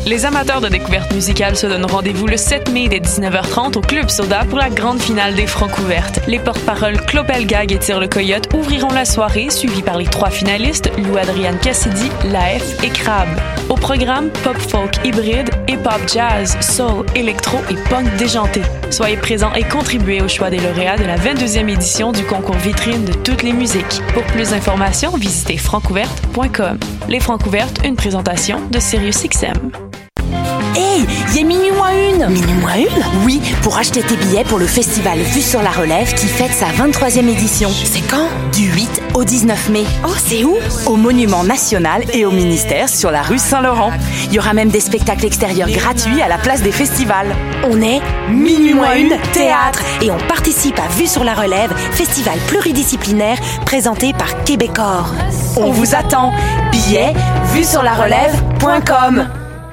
Les amateurs de découverte musicale se donnent rendez-vous le 7 mai dès 19h30 au Club Soda pour la grande finale des Francs ouvertes. Les porte-paroles Clopel Gag et Tire le Coyote ouvriront la soirée, suivis par les 3 finalistes, Lou Adrienne Cassidy, Laef et Crab. Au programme, pop-folk hybride, hip-hop jazz, soul, électro et punk déjanté. Soyez présents et contribuez au choix des lauréats de la 22e édition du concours vitrine de toutes les musiques. Pour plus d'informations, visitez francouverte.com. Les Francs ouvertes, une présentation de SiriusXM. Hey, il est minuit moins une. Minuit moins une? Oui, pour acheter tes billets pour le festival Vue sur la Relève qui fête sa 23e édition. C'est quand? Du 8 au 19 mai. Oh, c'est où? Au Monument National et au ministère sur la rue Saint-Laurent. Il y aura même des spectacles extérieurs gratuits à la place des festivals. On est minuit moins une théâtre et on participe à Vue sur la Relève, festival pluridisciplinaire présenté par Québecor. On vous attend. Billets, vuesurlarelève.com.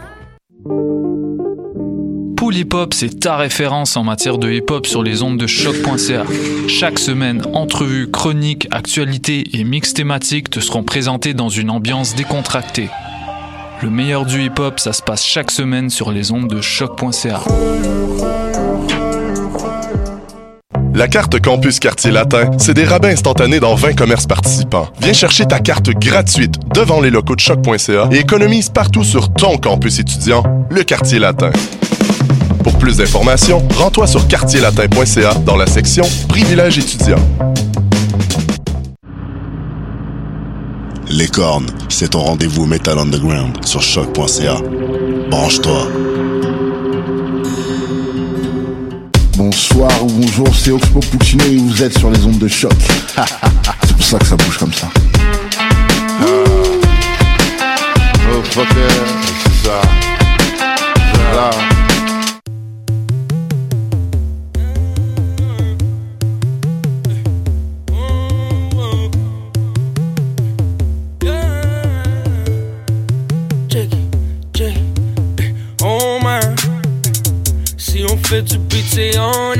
Pool Hip Hop, c'est ta référence en matière de hip-hop sur les ondes de choc.ca. Chaque semaine, entrevues, chroniques, actualités et mix thématiques te seront présentés dans une ambiance décontractée. Le meilleur du hip-hop, ça se passe chaque semaine sur les ondes de choc.ca. La carte Campus Quartier Latin, c'est des rabais instantanés dans 20 commerces participants. Viens chercher ta carte gratuite devant les locaux de choc.ca et économise partout sur ton campus étudiant, le Quartier Latin. Pour plus d'informations, rends-toi sur quartierlatin.ca dans la section Privilèges étudiants. Les Cornes, c'est ton rendez-vous Metal Underground sur choc.ca. Branche-toi. Bonsoir ou bonjour, c'est Oxpo Puccino et vous êtes sur les ondes de choc. C'est pour ça que ça bouge comme ça. Oh fucker, c'est ça. C'est là. Fait du beat, c'est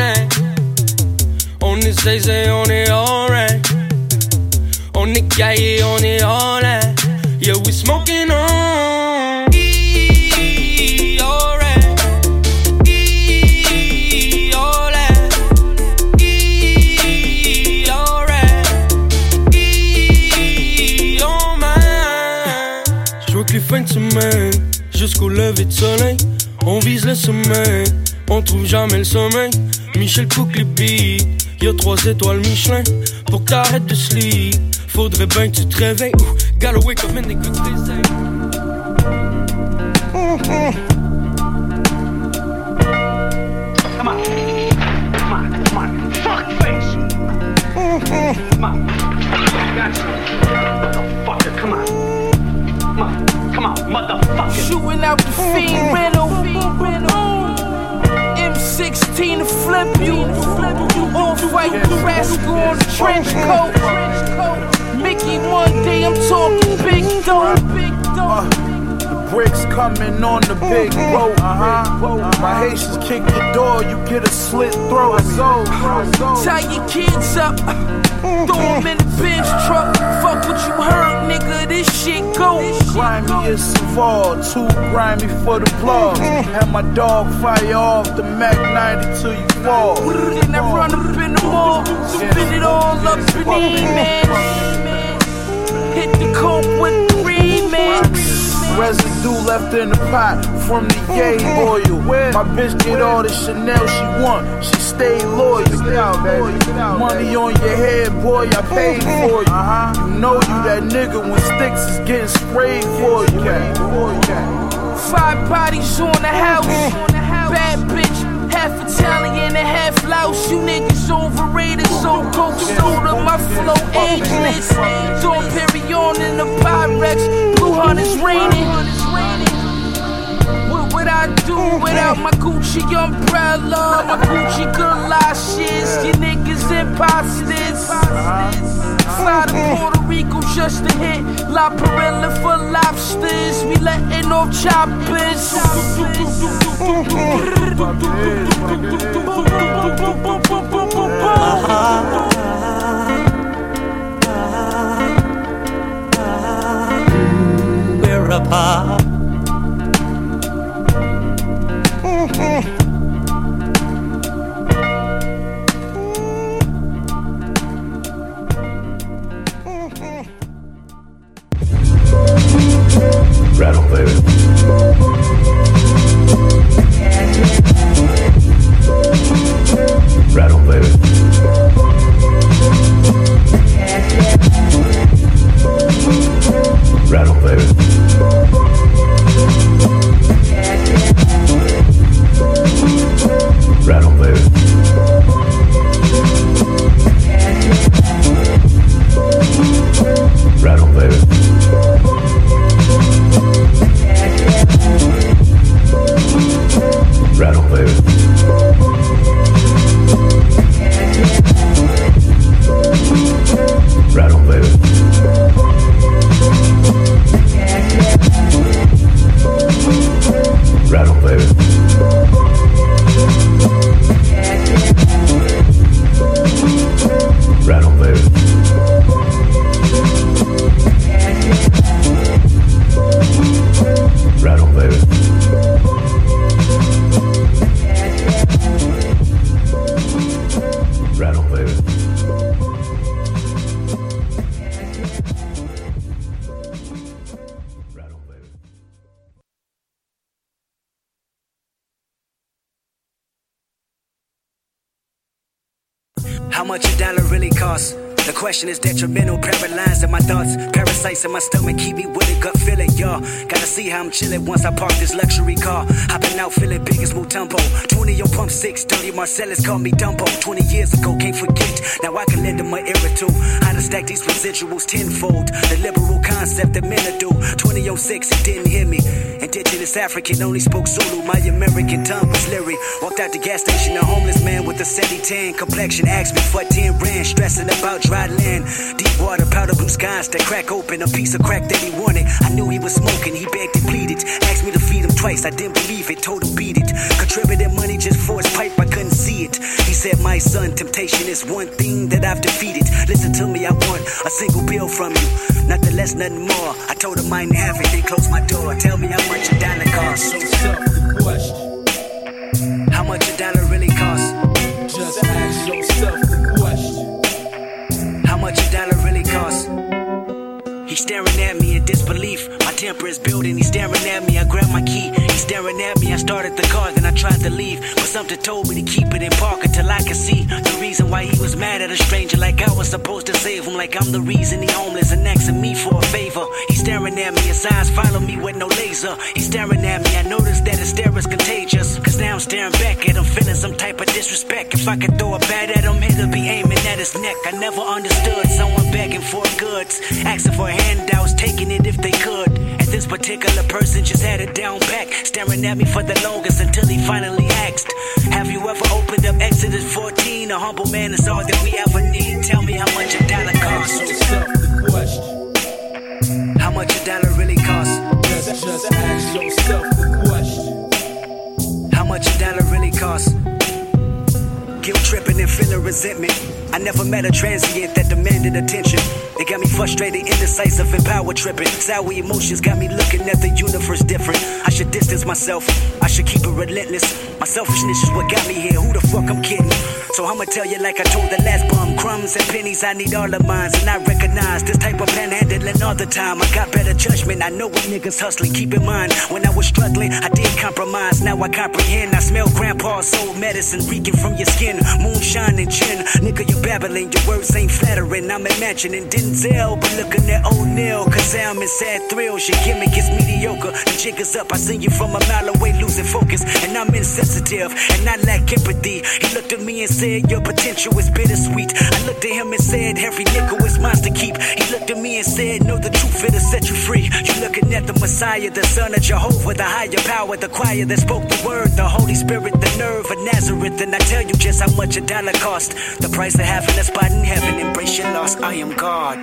on est zay, on est alright. On est gaillé, on est all in. Yeah, we smoking on. Alright. Alright. Alright. Oh man. Je vois que les fins de semaine, jusqu'au lever de soleil, on vise le sommeil. On trouve jamais le sommeil. Michel cook les beats. Y'a 3 étoiles Michelin. Pour que t'arrêtes de sleep, faudrait bien que tu te réveilles. Gotta wake up and they could say. Come on. Come on. Come on. Fuck face. Come on. Gotcha. Motherfucker, come on. Come on. Come on, motherfucker. Shooting out the fiend rental. M16 to flip you. Off-white rascal on the trench coat. Mickey, one day I'm talking big dope. The bricks coming on the big boat. My Haitians kick your door, you get a slit throat. Tie your kids up, throw them in the bench truck. Fuck what you heard, nigga, this shit go. Grimy as Saval, too grimy for the vlog. Have my dog fire off the Mac 90 till you fall. Then I run up in the mall, spin it all up in the man. Hit the coke with the remix. Residue left in the pot from the yay oil. My bitch get all the Chanel she want, she stay loyal. Money on your head, boy, I paid for you. You know you that nigga when sticks is getting sprayed for you. 5 bodies on the house, bad bitch, half Italian and half Laos. You niggas overrated, so coke soda, my flow ageless. Dom Perignon in the Pyrex, Blue Hunters raining. What would I do without my Gucci umbrella, my Gucci galoshes? You niggas imposters. Fly to Puerto Rico just to hit La Perilla for lobsters. We letting off choppers. We're apart. How much a dollar really costs? The question is detrimental, paralyzed in my thoughts. Parasites in my stomach keep me with a gut feeling, y'all. Gotta see how I'm chillin' once I park this luxury car. Hopping out feeling big as Mutombo. 20 on pump 6, dirty Marcellus called me Dumbo. 20 years ago, can't forget. Now I can lend them my era too. How to stack these residuals tenfold. The liberal concept that men do. 20 on 6, he didn't hear me. Indigenous African, only spoke Zulu. My American tongue was leery. Walked out the gas station, a homeless man with a 70-tan complexion. Asked me for 10 rand, stressing about dry land. Deep water, powder blue skies that crack open. A piece of crack that he wanted. I knew he was smoking, he begged and pleaded. Asked me to feed him twice, I didn't believe it. Told him beat it. Contributed money just for his pipe, I couldn't see it. He said, my son, temptation is one thing that I've defeated. Listen to me, I want a single bill from you. Nothing less, nothing more. I told him I didn't have it, then closed my door. Tell me how much a dollar costs. Ask yourself the question. How much a dollar really costs? Just ask yourself the question. How much a dollar really costs? He's staring at me in disbelief. My temper is building, he's staring at me. I grabbed my key, he's staring at me. I started the car, then I tried to leave. But something told me to keep it in park until I could see the reason why he was mad at a stranger. Like I was supposed to save him, like I'm the reason he homeless and asking me for a favor. He's staring at me, his eyes follow me with no laser. He's staring at me, I noticed that his stare is contagious. Cause now I'm staring back at him, feeling some type of disrespect. If I could throw a bat at him, it'll be aiming at his neck. I never understood someone begging for goods, asking for handouts, taking it if they could. And this particular person just had it down back, staring at me for the longest until he finally asked, have you ever opened up Exodus 14? A humble man is all that we ever need. Tell me how much a dollar costs. Ask yourself the question. How much a dollar really costs? Just ask yourself the question. How much a dollar really costs? Guilt tripping and feeling resentment. I never met a transient that demanded attention. They got me frustrated, indecisive, and power tripping. Sour emotions got me looking at the universe different. I should distance myself, I should keep it relentless. My selfishness is what got me here, who the fuck I'm kidding? So I'ma tell you like I told the last bum. Crumbs and pennies, I need all of mine. And I recognize this type of panhandling all the time. I got better judgment, I know what niggas hustling. Keep in mind, when I was struggling, I did compromise. Now I comprehend, I smell grandpa's soul medicine reeking from your skin. Moonshine and gin, nigga you babbling. Your words ain't flattering, I'm imagining Denzel, but looking at O'Neal. Cause I'm in sad thrills, your gimmick is mediocre. The jig is up, I seen you from a mile away losing focus. And I'm insensitive, and I lack empathy. He looked at me and said, your potential is bittersweet. I looked at him and said, every nickel is mine to keep. He looked at me and said, know the truth, it'll set you free. You looking at the Messiah, the son of Jehovah, the higher power, the choir that spoke the word, the Holy Spirit, the nerve of Nazareth. And I tell you just how much a dollar cost. The price of having a spot in heaven. Embrace your loss, I am God.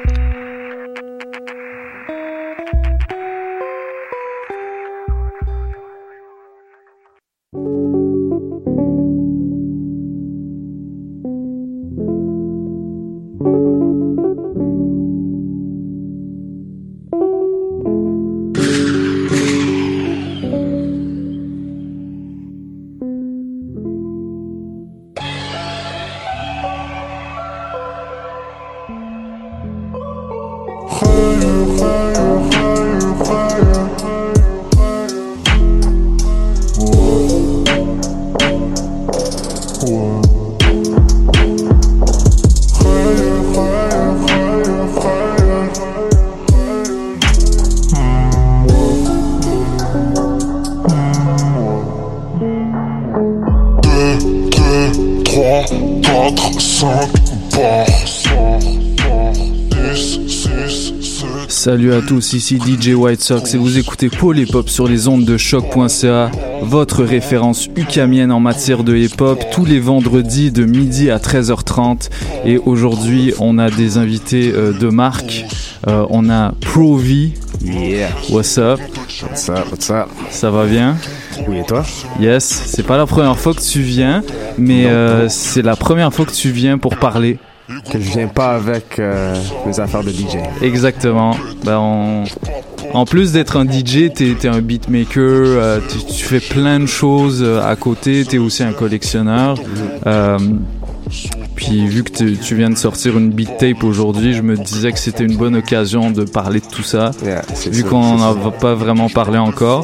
Salut à tous, ici DJ White Sox et vous écoutez Paul Hip Hop sur les ondes de choc.ca, votre référence ukamienne en matière de hip hop, tous les vendredis de midi à 13h30. Et aujourd'hui, on a des invités de marque. On a Pro-V. Yeah. What's up? What's up? What's up? Ça va bien? Oui, et toi? Yes, c'est pas la première fois que tu viens, mais c'est la première fois que tu viens pour parler. Que je viens pas avec mes affaires de DJ. Exactement. Ben en plus d'être un DJ, t'es un beatmaker, tu fais plein de choses à côté, t'es aussi un collectionneur. Puis vu que tu viens de sortir une beat tape aujourd'hui, je me disais que c'était une bonne occasion de parler de tout ça, vu qu'on n'en a pas vraiment parlé encore.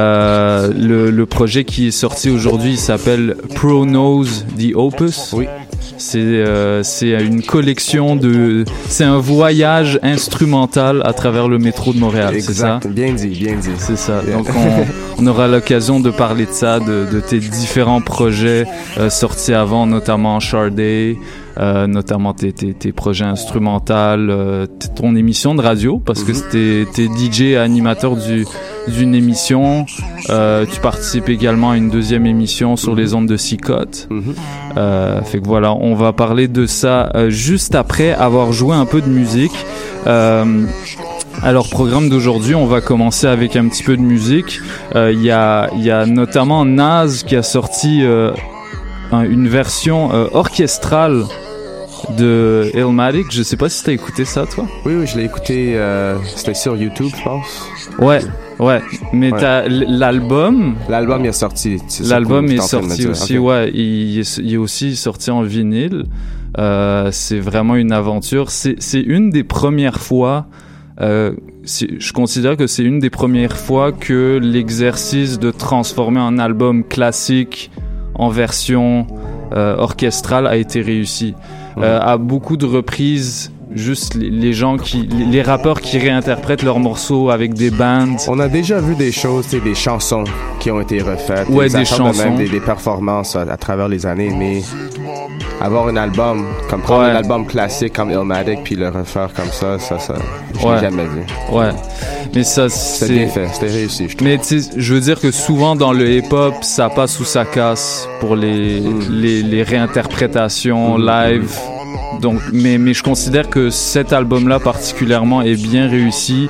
Le projet qui est sorti aujourd'hui, il s'appelle Pro Knows the Opus. Oui. C'est une collection c'est un voyage instrumental à travers le métro de Montréal, exact. C'est ça? Bien dit. C'est ça. Donc on aura l'occasion de parler de ça, de tes différents projets sortis avant, notamment Sharday, notamment tes projets instrumentaux, ton émission de radio, parce que t'es DJ animateur d'une émission. Tu participes également à une deuxième émission sur les ondes de Cicotte. Fait que voilà, on va parler de ça juste après avoir joué un peu de musique. Alors, programme d'aujourd'hui, on va commencer avec un petit peu de musique. Il y a notamment Nas qui a sorti une version orchestrale de Illmatic. Je sais pas si t'as écouté ça, toi? Oui, je l'ai écouté. C'était sur YouTube, je pense. Ouais. Mais t'as l'album. L'album est sorti. L'album est sorti aussi. Okay. Ouais, il est aussi sorti en vinyle. C'est vraiment une aventure. C'est une des premières fois. Je considère que c'est une des premières fois que l'exercice de transformer un album classique en version orchestrale a été réussi. À beaucoup de reprises, juste les rappeurs qui réinterprètent leurs morceaux avec des bands. On a déjà vu des choses, des chansons qui ont été refaites. Ouais, des chansons. Même des performances à travers les années, mais avoir un album, comme prendre un album classique comme Illmatic puis le refaire comme ça, je l'ai jamais vu. Ouais. Mais ça, c'était bien fait, c'était réussi. Mais tu sais, je veux dire que souvent dans le hip-hop, ça passe ou ça casse pour les réinterprétations live. Donc, mais je considère que cet album-là particulièrement est bien réussi.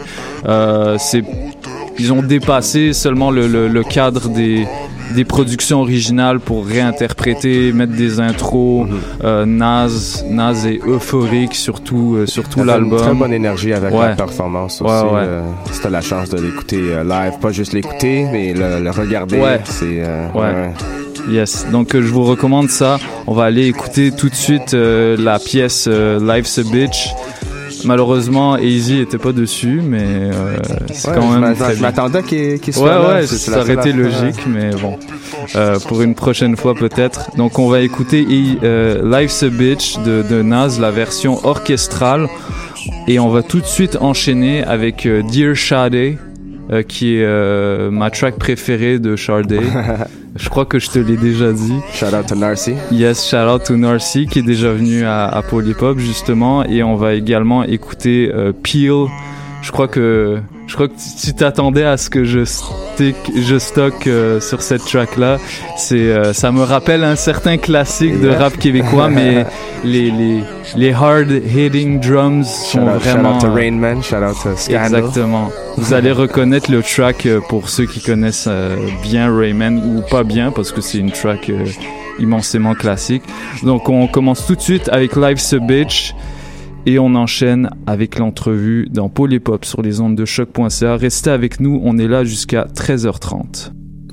Ils ont dépassé seulement le cadre des productions originales pour réinterpréter, mettre des intros. Nas est euphorique, surtout l'album. Une très bonne énergie avec la performance aussi. Si t'as la chance de l'écouter live, pas juste l'écouter, mais le regarder. Yes, donc je vous recommande ça. On va aller écouter tout de suite la pièce Life's a Bitch. Malheureusement, Easy était pas dessus, mais c'est quand même très bien. Je m'attendais qu'il soit là. Ça aurait été logique, mais bon, pour une prochaine fois peut-être. Donc on va écouter Life's a Bitch de Nas, la version orchestrale, et on va tout de suite enchaîner avec Dear Sade, qui est ma track préférée de Sharday. Je crois que je te l'ai déjà dit. Shout out to Narcy. Yes, shout out to Narcy qui est déjà venu à Polypop justement, et on va également écouter Peel. Je crois que tu t'attendais à ce que je stocke sur cette track là. Ça me rappelle un certain classique de rap québécois, mais les hard hitting drums sont vraiment. Shout out to Rain Man, shout out to Scandal. Exactement. Vous allez reconnaître le track pour ceux qui connaissent bien Rayman ou pas bien, parce que c'est une track immensément classique. Donc on commence tout de suite avec Life's a Bitch. Et on enchaîne avec l'entrevue dans Polypop sur les ondes de choc.ca. Restez avec nous, on est là jusqu'à 13h30.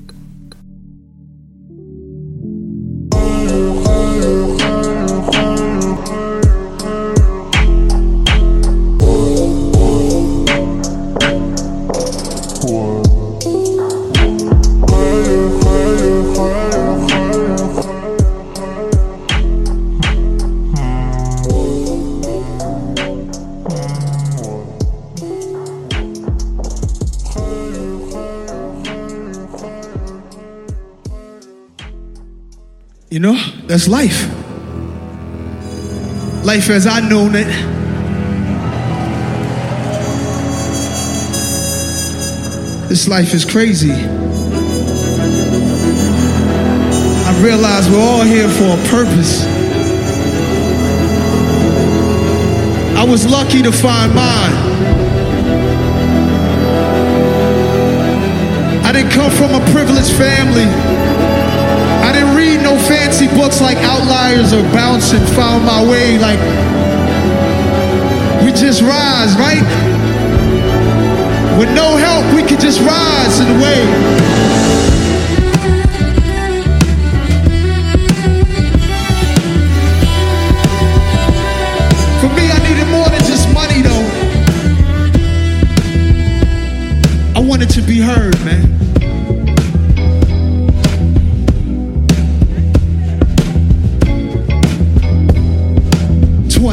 You know, that's life. Life as I know it. This life is crazy. I realize we're all here for a purpose. I was lucky to find mine. I didn't come from a privileged family. I didn't read no fancy books like Outliers or Bounce and found my way. Like, we just rise, right? With no help, we could just rise in the way. For me, I needed more than just money, though. I wanted to be heard, man.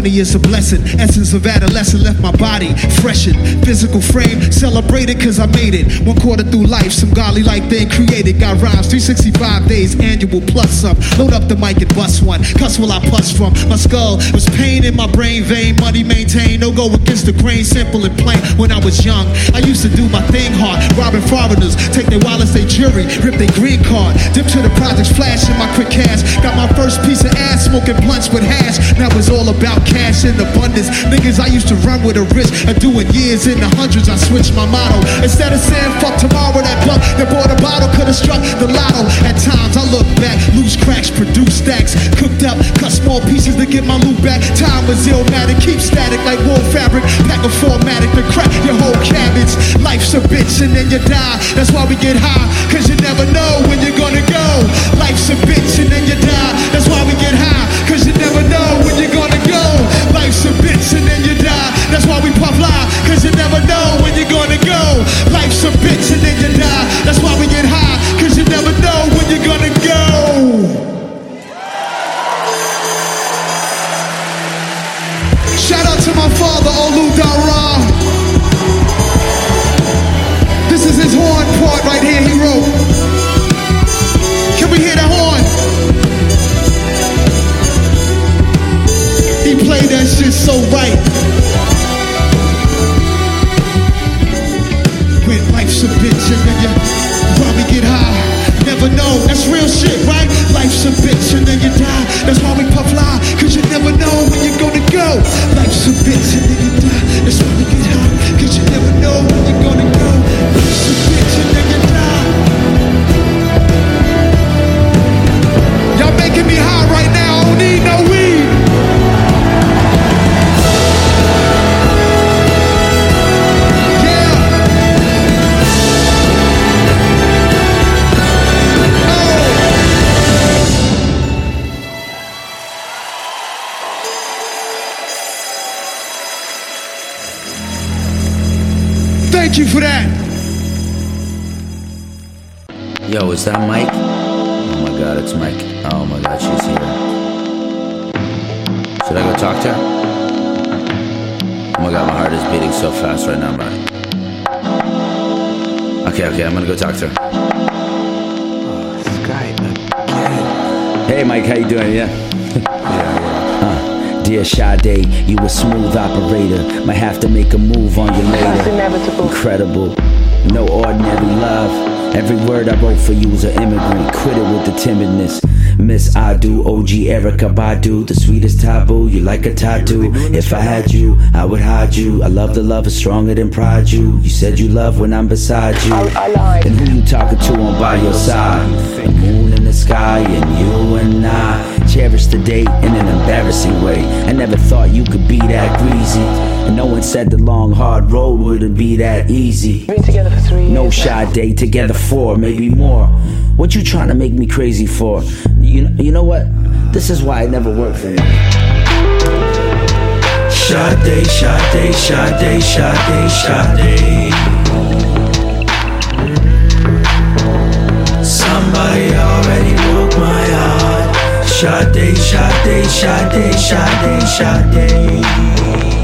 20 is a blessing. Essence of adolescence left my body freshened. Physical frame celebrated cause I made it. 1 quarter through life, some godly life thing created. Got rhymes, 365 days, annual plus some. Load up the mic and bust one. Cuss will I plus from. My skull was pain in my brain vein. Money maintained, no go against the grain. Simple and plain. When I was young, I used to do my thing hard. Robbing foreigners, take their wallets, they jury, rip their green card. Dip to the projects, flash in my quick cash. Got my first piece of ass, smoking blunts with hash. Now it's all about cash in abundance. Niggas I used to run with a risk of doing years in the hundreds. I switched my motto. Instead of saying fuck tomorrow, that buck that bought a bottle could've struck the lotto. At times I look back, loose cracks, produce stacks, cooked up, cut small pieces to get my loot back. Time is illmatic, keep static like wool fabric. Pack a formatic to crack your whole cabbage. Life's a bitch and then you die. That's why we get high, cause you never know when you're gonna go. Life's a bitch and then you die. That's why we get high, cause you never know when you're gonna go. Life's a bitch and then you die. That's why we puff lie, cause you never know when you're gonna go. Life's a bitch and then you die. That's why we get high, cause you never know when you're gonna go. Shout out to my father, Olu Dara. This is his horn part right here he wrote. Can we hear the horn? He played that shit so right. When life's a bitch and then you probably get high. Never know, that's real shit, right? Life's a bitch and then you die. That's why we puff lie, cause you never know when you're gonna go. Life's a bitch and then you die. That's why we get high, cause you never know when you're gonna go. Life's a bitch and then you die. Y'all making me high right now, I don't need no weed. Thank you for that. Yo, is that Mike? Oh my god, it's Mike. Oh my god, she's here. Should I go talk to her? Oh my god, my heart is beating so fast right now, man. Okay, I'm gonna go talk to her. Oh, Skype again. Hey Mike, how you doing? Yeah? Dear Sade, you a smooth operator. Might have to make a move on you later. Incredible, no ordinary love. Every word I wrote for you was an immigrant. Quit it with the timidness. Miss Adu, OG Erykah Badu, the sweetest taboo, you like a tattoo. If I had you, I would hide you. I love the love is stronger than pride you. You said you love when I'm beside you. I lied. And who you talking to on by your side? The moon in the sky and you and I cherish the day in an embarrassing way. I never thought you could be that greasy. And no one said the long hard road wouldn't be that easy. Been together for 3 years. No shy day, together 4, maybe more. What you trying to make me crazy for? You know what? This is why it never worked for me. Sade, Sade, Sade, Sade, Sade. Somebody already broke my heart. Sade, Sade, Sade, Sade, Sade.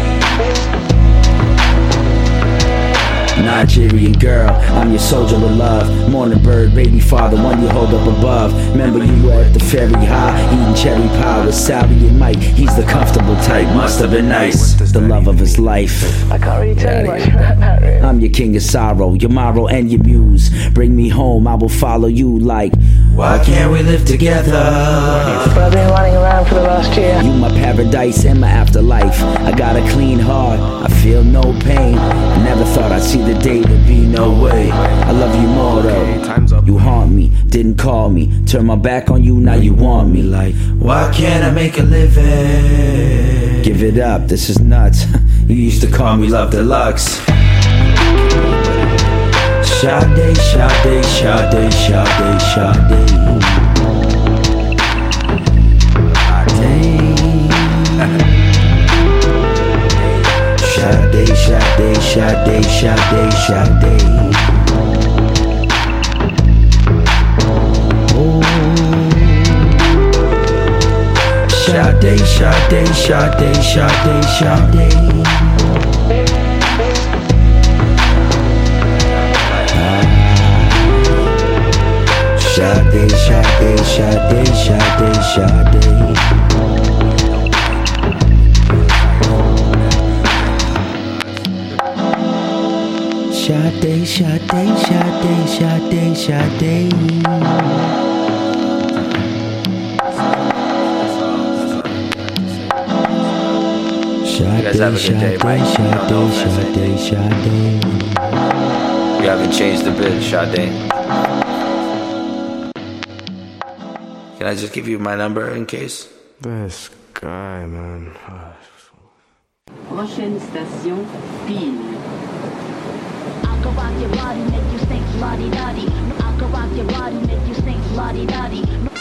Nigerian girl, I'm your soldier of love. Morning bird, baby father, one you hold up above. Remember you were at the ferry high, eating cherry pie with Sally and Mike. He's the comfortable type, must have been nice. The love of his life. I can't really tell you much about that, really. I'm your king of sorrow, your morrow and your muse. Bring me home, I will follow you like, why can't we live together? But I've been running around for the last year. You my paradise and my afterlife. I got a clean heart, I feel no pain. I never thought I'd see the day, there'd be no way. I love you more though. You haunt me, didn't call me. Turn my back on you, now you want me. Like, why can't I make a living? Give it up, this is nuts. You used to call me Love Deluxe. Sade, Sade, Sade, Sade, Sade. Sade, Sade, Sade, Sade, Sade. Sade, Sade, Sade, Sade, Sade. Sade, Sade, Sade, Sade, Sade. Sade, Sade, Sade, Sade, Sade. You guys have a good day, right? You haven't changed a bit, Sade. Can I just give you my number in case? This guy, man. Prochaine station, Pile. I could rock your body, make you sing la-di-da-di. I could rock your body, make you sing la-di-da-di.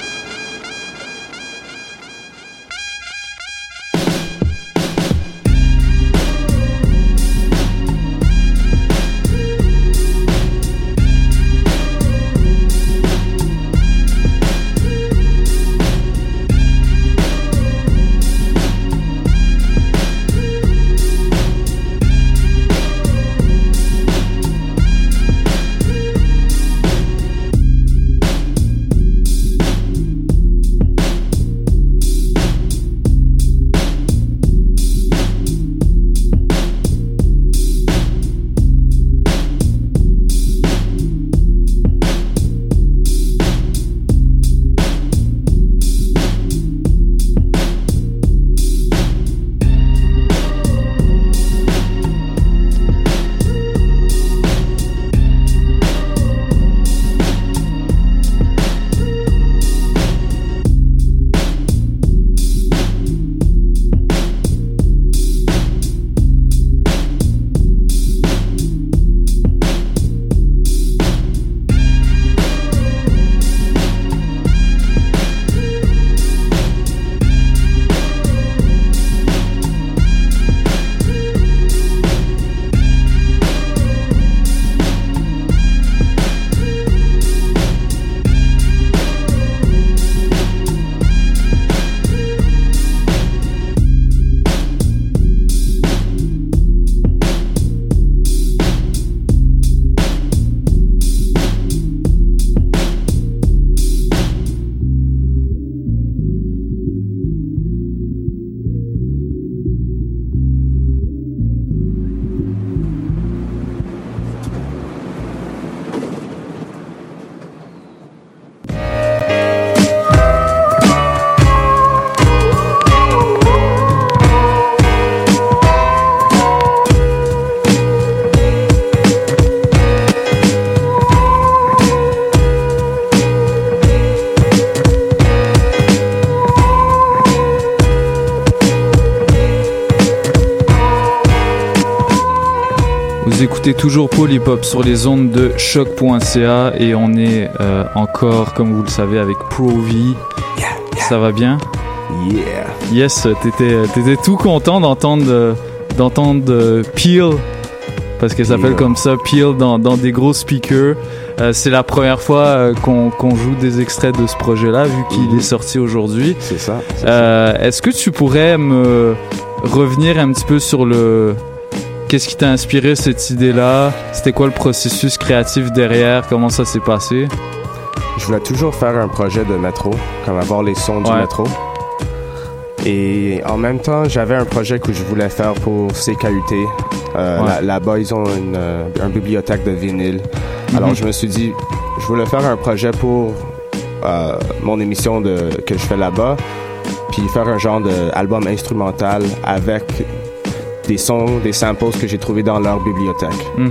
écoutez toujours Polypop sur les ondes de choc.ca et on est encore, comme vous le savez, avec Pro-V. Ça va bien? Yeah. Yes, t'étais tout content d'entendre Peel, parce qu'elle s'appelle comme ça, Peel, dans des gros speakers. C'est la première fois qu'on joue des extraits de ce projet-là, vu qu'il est sorti aujourd'hui. C'est ça. Est-ce que tu pourrais me revenir un petit peu sur qu'est-ce qui t'a inspiré cette idée-là? C'était quoi le processus créatif derrière? Comment ça s'est passé? Je voulais toujours faire un projet de métro, comme avoir les sons du métro. Et en même temps, j'avais un projet que je voulais faire pour CKUT. Là-bas, ils ont une bibliothèque de vinyle. Alors, je me suis dit, je voulais faire un projet pour mon émission que je fais là-bas, puis faire un genre d'album instrumental avec des sons, des samples que j'ai trouvés dans leur bibliothèque.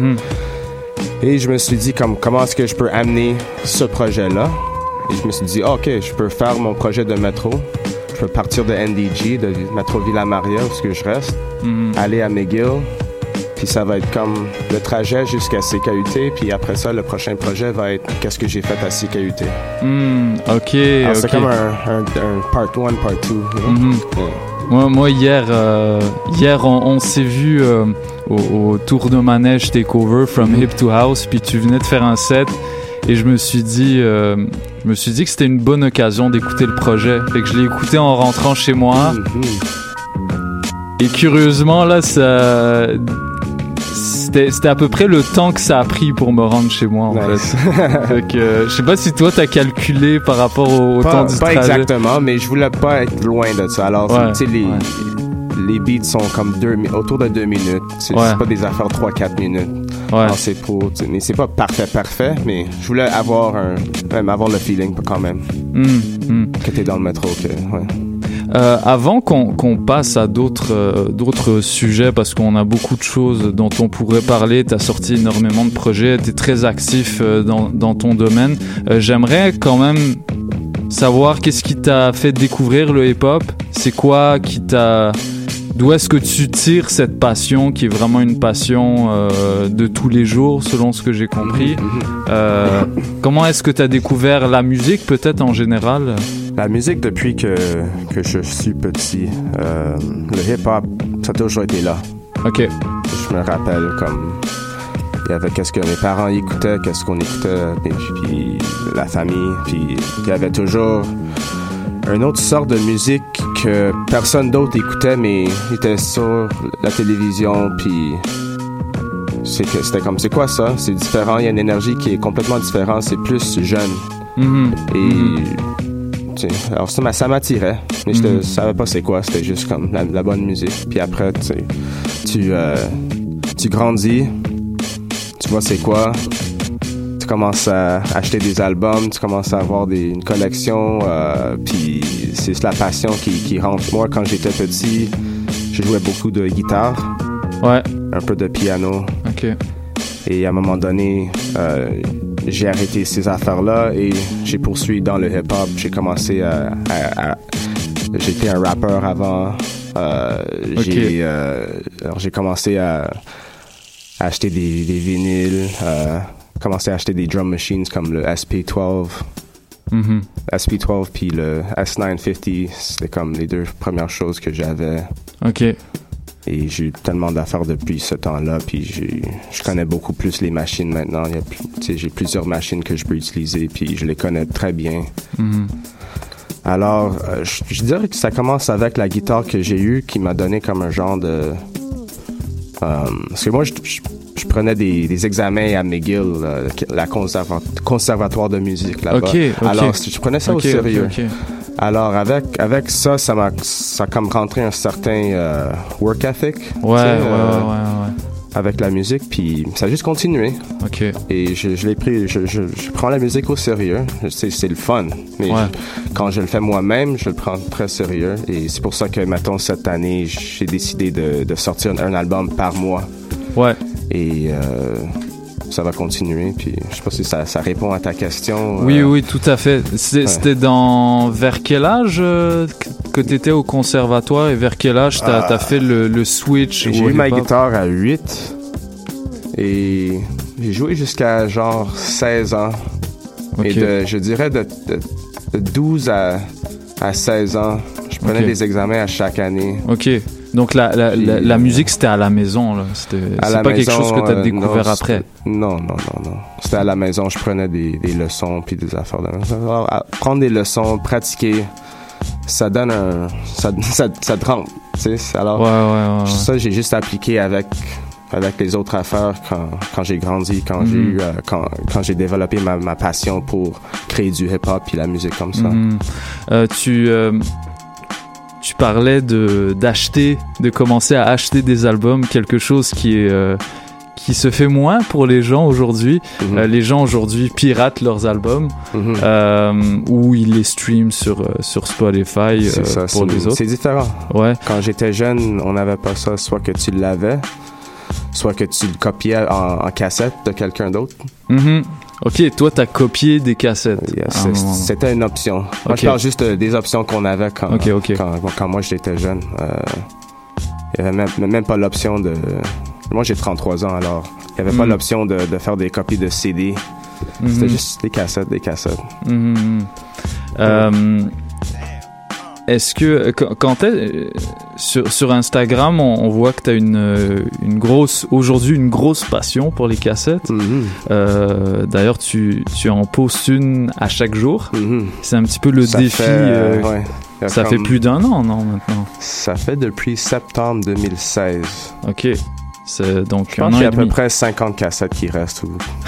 Et je me suis dit, comment est-ce que je peux amener ce projet-là? Et je me suis dit, OK, je peux faire mon projet de métro. Je peux partir de NDG, de métro Villa-Maria, où je reste, aller à McGill, puis ça va être comme le trajet jusqu'à CKUT, puis après ça, le prochain projet va être qu'est-ce que j'ai fait à CKUT. OK. Alors, c'est comme un part 1, part 2. Moi hier, on s'est vu au tour de manège Takeover From Hip to House, puis tu venais de faire un set et je me suis dit je me suis dit que c'était une bonne occasion d'écouter le projet. Fait que je l'ai écouté en rentrant chez moi. Et curieusement, là, c'était à peu près le temps que ça a pris pour me rendre chez moi, en fait. Fait que, je sais pas si toi, t'as calculé par rapport au temps du trajet. Pas exactement, mais je voulais pas être loin de ça. Alors, tu sais, les beats sont comme autour de 2 minutes. C'est pas des affaires 3-4 minutes. Alors, mais c'est pas parfait, mais je voulais avoir le feeling quand même. Que t'es dans le métro, avant qu'on passe à d'autres sujets, parce qu'on a beaucoup de choses dont on pourrait parler, t'as sorti énormément de projets, t'es très actif dans ton domaine. J'aimerais quand même savoir qu'est-ce qui t'a fait découvrir le hip-hop. C'est quoi d'où est-ce que tu tires cette passion qui est vraiment une passion de tous les jours, selon ce que j'ai compris. Comment est-ce que t'as découvert la musique, peut-être en général? La musique, depuis que je suis petit, le hip-hop, ça a toujours été là. OK. Je me rappelle comme il y avait qu'est-ce que mes parents écoutaient, qu'est-ce qu'on écoutait, puis la famille, puis il y avait toujours une autre sorte de musique que personne d'autre écoutait, mais il était sur la télévision, puis c'était comme, c'est quoi ça? C'est différent, il y a une énergie qui est complètement différente, c'est plus jeune. Alors ça m'attirait, mais je savais pas c'est quoi, c'était juste comme la bonne musique. Puis après, tu grandis, tu vois c'est quoi, tu commences à acheter des albums, tu commences à avoir une collection, puis c'est la passion qui rentre. Moi, quand j'étais petit, je jouais beaucoup de guitare, un peu de piano. Et à un moment donné, j'ai arrêté ces affaires-là et j'ai poursuivi dans le hip-hop. J'ai commencé j'étais un rappeur avant. Alors j'ai commencé à acheter des vinyles, commencé à acheter des drum machines comme le SP12. SP12 puis le S950, c'était comme les deux premières choses que j'avais. Et j'ai eu tellement d'affaires depuis ce temps-là, puis je connais beaucoup plus les machines maintenant. J'ai plusieurs machines que je peux utiliser, puis je les connais très bien. Alors, je dirais que ça commence avec la guitare que j'ai eue, qui m'a donné comme un genre de... parce que moi, je prenais des examens à McGill, la conservatoire de musique là-bas. Alors, je prenais ça au sérieux. Alors, avec ça a comme rentré un certain work ethic. Avec la musique, puis ça a juste continué. Et je l'ai pris, je prends la musique au sérieux. C'est le fun. Mais quand je le fais moi-même, je le prends très sérieux. Et c'est pour ça que, mettons, cette année, j'ai décidé de sortir un album par mois. Et ça va continuer, puis je sais pas si ça répond à ta question. Oui, tout à fait. C'était vers quel âge que t'étais au conservatoire et vers quel âge t'as fait le switch? J'ai eu ma guitare à 8 et j'ai joué jusqu'à genre 16 ans. Et je dirais de 12 à 16 ans, je prenais des examens à chaque année. Donc la musique, c'était à la maison, là. C'est pas quelque chose que tu as découvert après. Non. C'était à la maison, je prenais des leçons puis des affaires de... Alors, prendre des leçons, pratiquer, ça donne ça te rentre, tu sais. Alors, ça, j'ai juste appliqué avec les autres affaires quand j'ai grandi, quand j'ai développé ma passion pour créer du hip-hop puis la musique comme ça. Tu parlais de commencer à acheter des albums, quelque chose qui se fait moins pour les gens aujourd'hui. Les gens aujourd'hui piratent leurs albums ou ils les streament sur Spotify pour les autres. C'est différent. Quand j'étais jeune, on n'avait pas ça. Soit que tu l'avais, soit que tu le copiais en cassette de quelqu'un d'autre. Toi, t'as copié des cassettes. C'était une option. Moi, je parle juste des options qu'on avait quand moi j'étais jeune. Il y avait même pas l'option de... Moi, j'ai 33 ans, alors il n'y avait pas l'option de faire des copies de CD. C'était juste des cassettes. est-ce que quand t'es sur Instagram, on voit que t'as une grosse passion pour les cassettes. D'ailleurs, tu en postes une à chaque jour. C'est un petit peu le défi. Ça fait plus d'1 an, non, maintenant? Ça fait depuis septembre 2016. OK. C'est donc je pense qu'il y a à peu près 50 cassettes qui restent.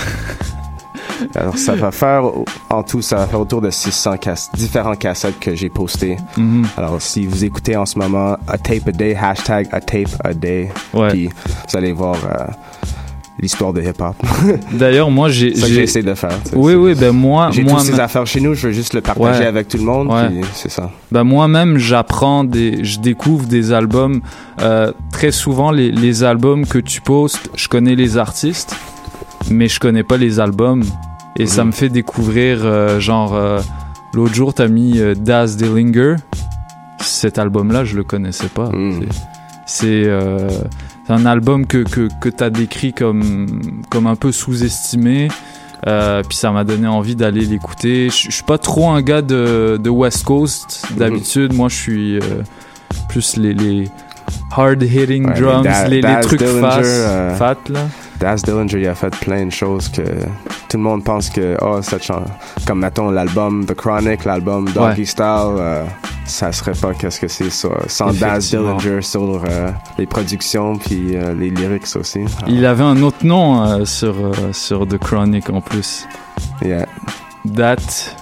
Alors, ça va faire, en tout, ça va faire autour de 600 différents cassettes que j'ai postées. Alors, si vous écoutez en ce moment A Tape a Day, hashtag A Tape a Day, puis vous allez voir l'histoire de hip-hop. D'ailleurs, moi, j'ai essayé de faire. Oui, ben moi... J'ai toutes ces affaires chez nous, je veux juste le partager avec tout le monde, puis c'est ça. Ben moi-même, je découvre des albums. Très souvent, les albums que tu postes, je connais les artistes, mais je connais pas les albums. Et ça me fait découvrir, l'autre jour, t'as mis Daz Dillinger. Cet album-là, je le connaissais pas. C'est un album que t'as décrit comme un peu sous-estimé. Puis ça m'a donné envie d'aller l'écouter. Je suis pas trop un gars de West Coast. D'habitude, moi, je suis plus les hard-hitting drums, les trucs fat, là. Daz Dillinger, il a fait plein de choses que tout le monde pense que, cette chanson, comme mettons l'album The Chronic, l'album Doggy Style, ça serait pas qu'est-ce que c'est ça, sans Daz Dillinger sur les productions puis les lyrics aussi. Alors. Il avait un autre nom sur The Chronic en plus. Yeah. That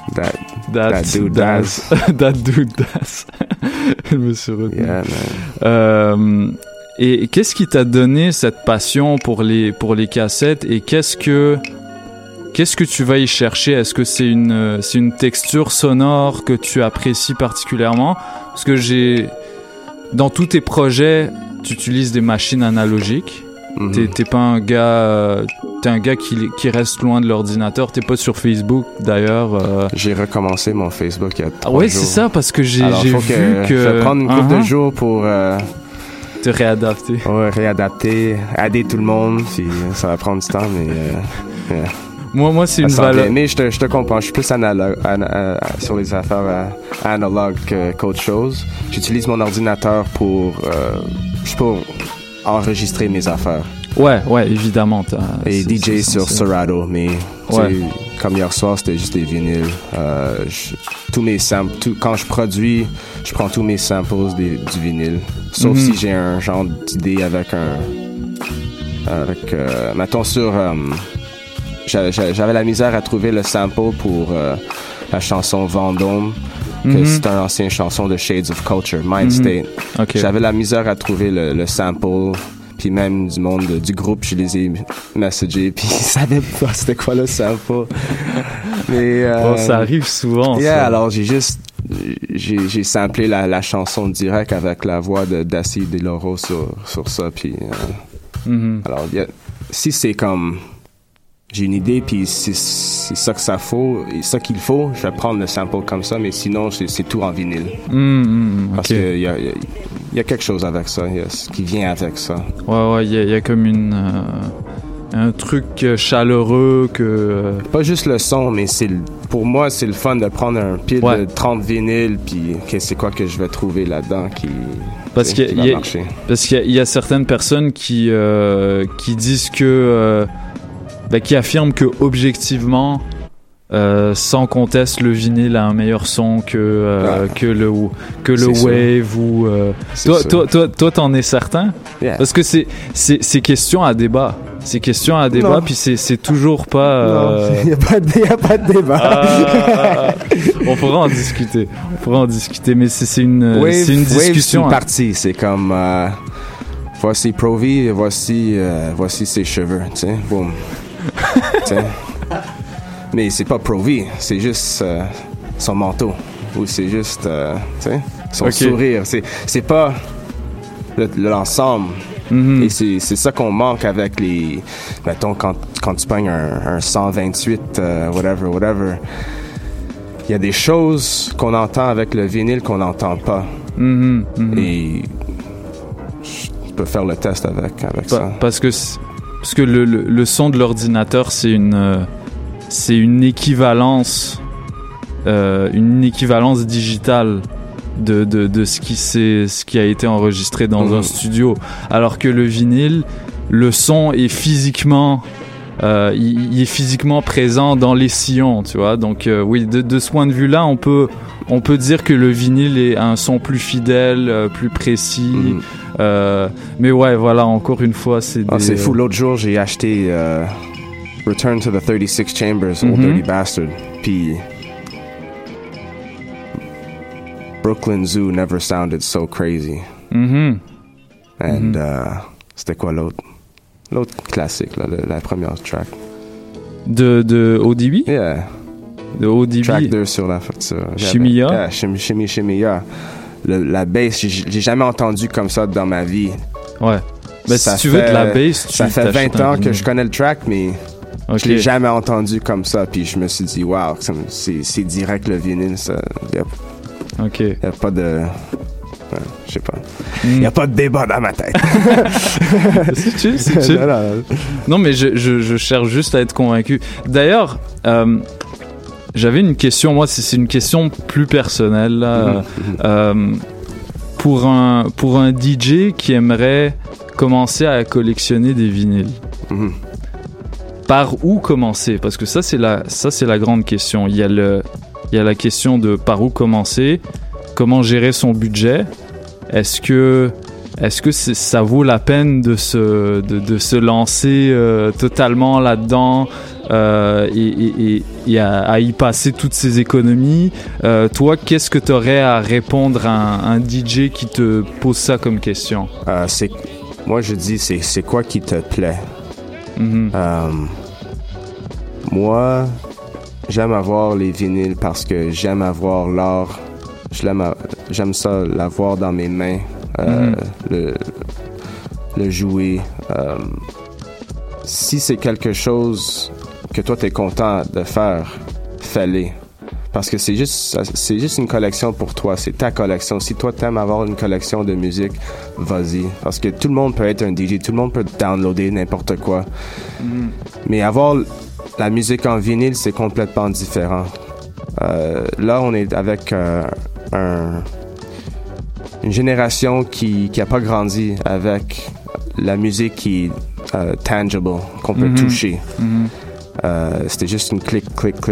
dude Daz. That dude Daz. Je me suis retenu. Yeah, man. Et qu'est-ce qui t'a donné cette passion pour les cassettes et qu'est-ce que tu vas y chercher? Est-ce que c'est une texture sonore que tu apprécies particulièrement? Parce que dans tous tes projets, tu utilises des machines analogiques. T'es pas un gars, t'es un gars qui reste loin de l'ordinateur. T'es pas sur Facebook d'ailleurs. J'ai recommencé mon Facebook il y a 3 jours. Oui, c'est ça parce que j'ai vu que je vais prendre une couple de jours pour te réadapter. Ouais, réadapter, aider tout le monde, puis ça va prendre du temps, mais moi c'est une valeur. Mais je te comprends, je suis plus analogue sur les affaires analogues qu'autre chose. J'utilise mon ordinateur pour enregistrer mes affaires. Ouais, évidemment. Et DJ sur Serato, mais comme hier soir, c'était juste des vinyles. Tous mes samples, quand je produis, je prends tous mes samples du vinyle. Sauf si j'ai un genre d'idée avec mettons sur... j'avais la misère à trouver le sample pour la chanson Vendôme, que c'est une ancienne chanson de Shades of Culture, Mind State. Okay. J'avais la misère à trouver le sample, puis même du monde du groupe, je les ai messagés, puis ils savaient pas c'était quoi le sample. Mais ça arrive souvent. Ça. Alors j'ai samplé la chanson direct avec la voix de Daci Deloro sur ça, puis alors si c'est comme j'ai une idée, puis c'est ça que ça faut, et ça qu'il faut, je vais prendre le sample comme ça, mais sinon, c'est tout en vinyle. Parce qu'il y a quelque chose avec ça, qui vient avec ça. Ouais, il y a comme un truc chaleureux que... Pas juste le son, mais pour moi, c'est le fun de prendre un pile de 30 vinyles, puis c'est quoi que je vais trouver là-dedans qui va marcher. Parce qu'il y a certaines personnes qui disent que... qui affirme que objectivement, sans conteste, le vinyle a un meilleur son que le wave ou. Toi, t'en es certain? Yeah. Parce que c'est question à débat. C'est question à débat, puis c'est toujours pas. Non, il y a pas de débat. On pourra en discuter. Mais c'est une discussion. Wave, c'est une partie. C'est comme. Voici Pro-V, voici ses cheveux, tu sais, boum. Mais c'est pas Pro-V, c'est juste son manteau, ou c'est juste son sourire. C'est pas l'ensemble. Et c'est ça qu'on manque avec les... Mettons, quand tu pognes un 128, whatever. Il y a des choses qu'on entend avec le vinyle qu'on n'entend pas. Et je peux faire le test avec ça. Parce que le son de l'ordinateur, c'est une équivalence digitale de ce qui a été enregistré dans un studio. Alors que le vinyle, le son est physiquement il est physiquement présent dans les sillons, tu vois. Donc oui, de ce point de vue-là, on peut dire que le vinyle est un son plus fidèle, plus précis. Mais ouais, voilà, encore une fois, c'est c'est fou. L'autre jour, j'ai acheté Return to the 36 Chambers, Old Dirty Bastard. Puis Brooklyn Zoo never sounded so crazy. And c'était quoi l'autre classique, là, la première track? De ODB? Yeah. De ODB. Track 2 sur la Shimia? Yeah, Shimia. La bass, j'ai jamais entendu comme ça dans ma vie. Ouais. Ben, si tu veux de la bass, ça fait 20 ans que je connais le track, mais je l'ai jamais entendu comme ça. Puis je me suis dit, wow, c'est direct le vinyle. OK. Y a pas de... je sais pas. Il n'y a pas de débat dans ma tête. C'est chill. Non, mais je cherche juste à être convaincu. D'ailleurs, j'avais une question. Moi, c'est une question plus personnelle. Là. Pour un DJ qui aimerait commencer à collectionner des vinyles, par où commencer? Parce que ça, c'est la grande question. Il y a la question de par où commencer, comment gérer son budget. Est-ce que ça vaut la peine de se lancer totalement là-dedans et à y passer toutes ses économies? Toi, qu'est-ce que tu aurais à répondre à un DJ qui te pose ça comme question? Moi, je dis, c'est quoi qui te plaît? Moi, j'aime avoir les vinyles parce que j'aime avoir l'art. J'aime ça, l'avoir dans mes mains, le jouer. Si c'est quelque chose que toi, t'es content de faire, fais-le. Parce que c'est juste une collection pour toi, c'est ta collection. Si toi, t'aimes avoir une collection de musique, vas-y. Parce que tout le monde peut être un DJ, tout le monde peut downloader n'importe quoi. Mais avoir la musique en vinyle, c'est complètement différent. Là, on est avec une génération qui a pas grandi avec la musique qui est tangible, qu'on peut toucher. C'était juste une clic.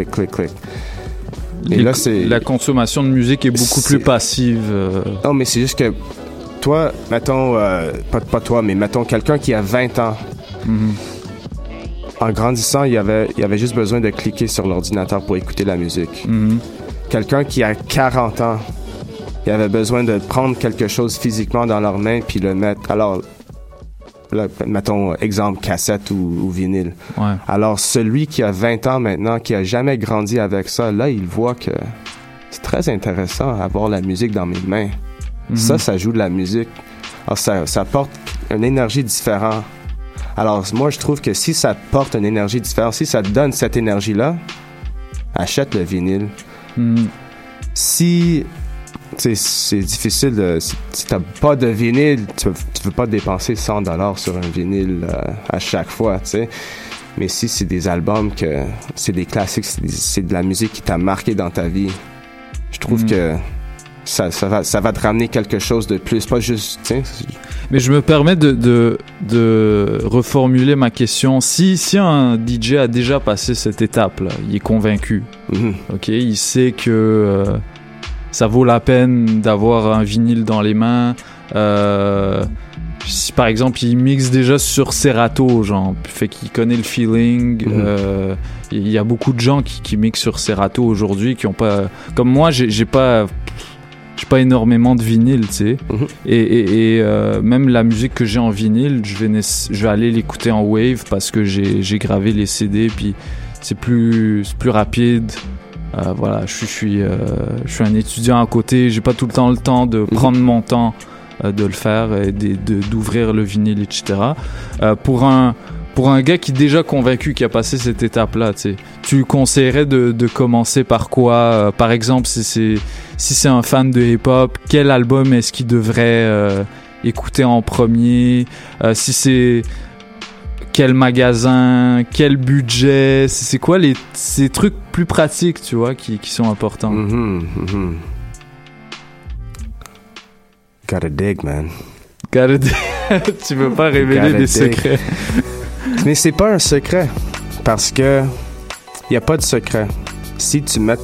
Et là, la consommation de musique est beaucoup plus passive. Non, mais c'est juste que toi, mettons, pas toi, mais mettons quelqu'un qui a 20 ans. En grandissant, il avait juste besoin de cliquer sur l'ordinateur pour écouter la musique. Quelqu'un qui a 40 ans, il avait besoin de prendre quelque chose physiquement dans leurs mains puis le mettre. Alors, là, mettons, exemple, cassette ou vinyle. Ouais. Alors, celui qui a 20 ans maintenant, qui a jamais grandi avec ça, là, il voit que c'est très intéressant d'avoir la musique dans mes mains. Ça joue de la musique. Alors, ça porte une énergie différente. Alors, moi, je trouve que si ça porte une énergie différente, si ça te donne cette énergie-là, achète le vinyle. Si c'est difficile si t'as pas de vinyle, tu veux pas dépenser $100 sur un vinyle à chaque fois, tu sais. Mais si c'est des albums que c'est des classiques, c'est de la musique qui t'a marqué dans ta vie, je trouve que ça va te ramener quelque chose de plus, pas juste, tu sais. Mais je me permets de reformuler ma question. Si un DJ a déjà passé cette étape-là, il est convaincu, ok, il sait que ça vaut la peine d'avoir un vinyle dans les mains. Si par exemple il mixe déjà sur Serato, genre, fait qu'il connaît le feeling. Il y a beaucoup de gens qui mixent sur Serato aujourd'hui, qui ont pas, comme moi, j'ai pas énormément de vinyle, tu sais. Et même la musique que j'ai en vinyle, je vais aller l'écouter en wave parce que j'ai gravé les CD, puis c'est plus rapide. Voilà, je suis un étudiant à côté, j'ai pas tout le temps de prendre mon temps de le faire et d'ouvrir le vinyle, etc. Pour un gars qui est déjà convaincu, qui a passé cette étape-là, tu conseillerais de commencer par quoi? Par exemple, si c'est un fan de hip-hop, quel album est-ce qu'il devrait écouter en premier? Si c'est quel magasin, quel budget, c'est quoi ces trucs plus pratiques, tu vois, qui sont importants? Gotta dig, man. Gotta dig. Tu veux pas révéler des secrets. Mais c'est pas un secret. Parce que y a pas de secret. Si tu mets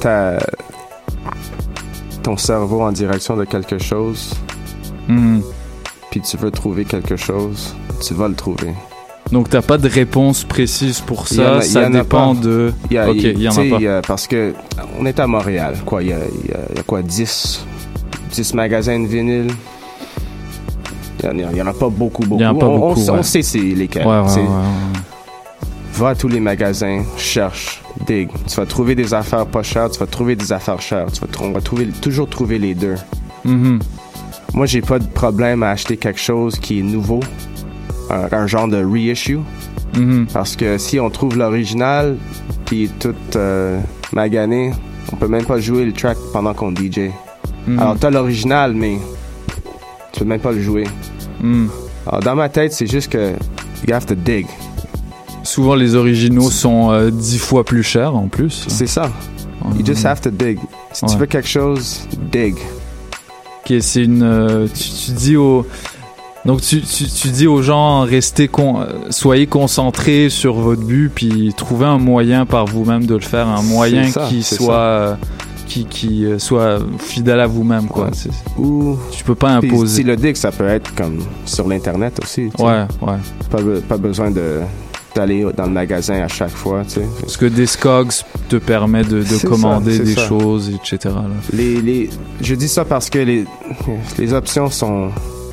ton cerveau en direction de quelque chose, puis tu veux trouver quelque chose, tu vas le trouver. Donc t'as pas de réponse précise pour ça, ça dépend de... Il y en a pas. Parce que on est à Montréal, quoi, il y a quoi, 10 magasins de vinyle. Il y en a pas beaucoup. On sait c'est lesquels. Ouais. Va à tous les magasins, cherche, dig. Tu vas trouver des affaires pas chères, tu vas trouver des affaires chères. On va toujours trouver les deux. Mm-hmm. Moi, j'ai pas de problème à acheter quelque chose qui est nouveau, un genre de reissue. Mm-hmm. Parce que si on trouve l'original, qui est tout magané, on peut même pas jouer le track pendant qu'on DJ. Mm-hmm. Alors, t'as l'original, mais tu peux même pas le jouer. Alors, dans ma tête, c'est juste que you have to dig. Souvent, les originaux sont 10 fois plus chers en plus. C'est ça. You just have to dig. Si tu veux quelque chose, dig. Ok, c'est une... tu dis aux... Donc, tu dis aux gens, soyez concentrés sur votre but, puis trouvez un moyen par vous-même de le faire, un moyen qui soit fidèle à vous-même, quoi. Ouais. Ou tu peux pas imposer. Si le dig, ça peut être comme sur l'internet aussi. Ouais. Pas besoin d'aller dans le magasin à chaque fois, tu sais. Parce que Discogs te permet de commander des choses, etc. Là. Je dis ça parce que les options sont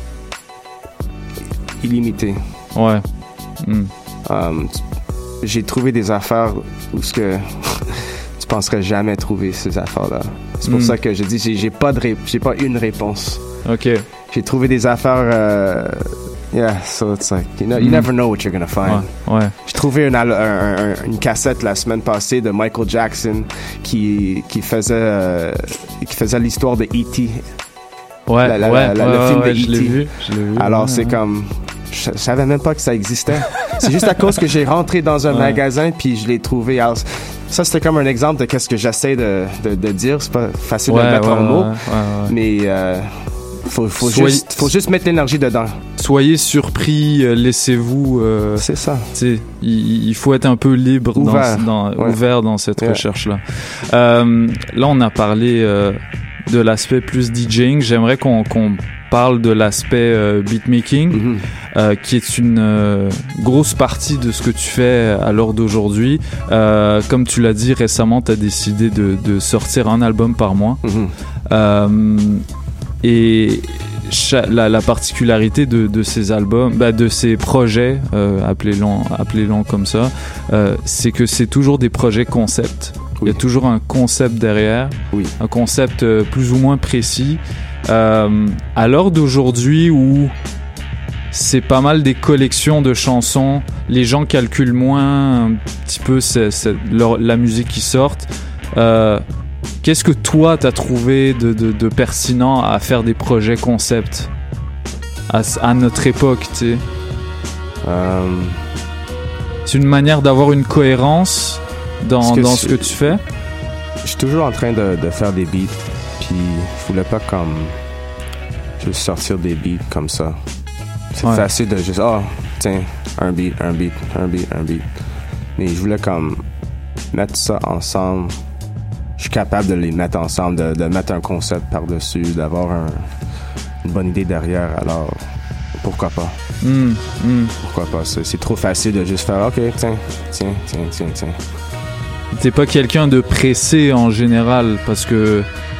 illimitées. Ouais. J'ai trouvé des affaires où ce que tu penserais jamais trouver ces affaires-là. C'est pour ça que je dis j'ai pas une réponse. Ok. J'ai trouvé des affaires. Yeah, so it's like you never know what you're gonna find. Ouais. J'ai trouvé une cassette la semaine passée de Michael Jackson qui faisait l'histoire de E.T. Ouais, le film de E.T. Je l'ai vu. Alors c'est comme je savais même pas que ça existait. C'est juste à cause que j'ai rentré dans un magasin puis je l'ai trouvé. Alors, ça c'était comme un exemple de qu'est-ce que j'essaie de dire. C'est pas facile de le mettre en mots, mais faut juste mettre l'énergie dedans. Soyez surpris, laissez-vous. C'est ça. Il faut être un peu libre, ouvert dans cette recherche-là. Là, on a parlé de l'aspect plus DJing. J'aimerais qu'on parle de l'aspect beatmaking, qui est une grosse partie de ce que tu fais à l'heure d'aujourd'hui. Comme tu l'as dit récemment, tu as décidé de sortir un album par mois. Et la particularité de ces albums, de ces projets, appelez-les comme ça, c'est que c'est toujours des projets concept. Il y a toujours un concept derrière, un concept plus ou moins précis. À l'heure d'aujourd'hui où c'est pas mal des collections de chansons, les gens calculent moins un petit peu la musique qui sort. Qu'est-ce que toi t'as trouvé de pertinent à faire des projets concept à notre époque, tu sais? C'est une manière d'avoir une cohérence dans ce que tu fais? Je suis toujours en train de faire des beats, puis je voulais pas comme juste sortir des beats comme ça. C'est facile de juste tiens, un beat. Mais je voulais comme mettre ça ensemble. Je suis capable de les mettre ensemble, de mettre un concept par-dessus, d'avoir une bonne idée derrière, alors pourquoi pas? Pourquoi pas? C'est trop facile de juste faire OK, tiens. T'es pas quelqu'un de pressé en général, parce que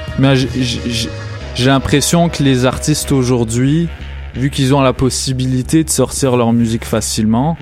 j'ai l'impression que les artistes aujourd'hui, vu qu'ils ont la possibilité de sortir leur musique facilement,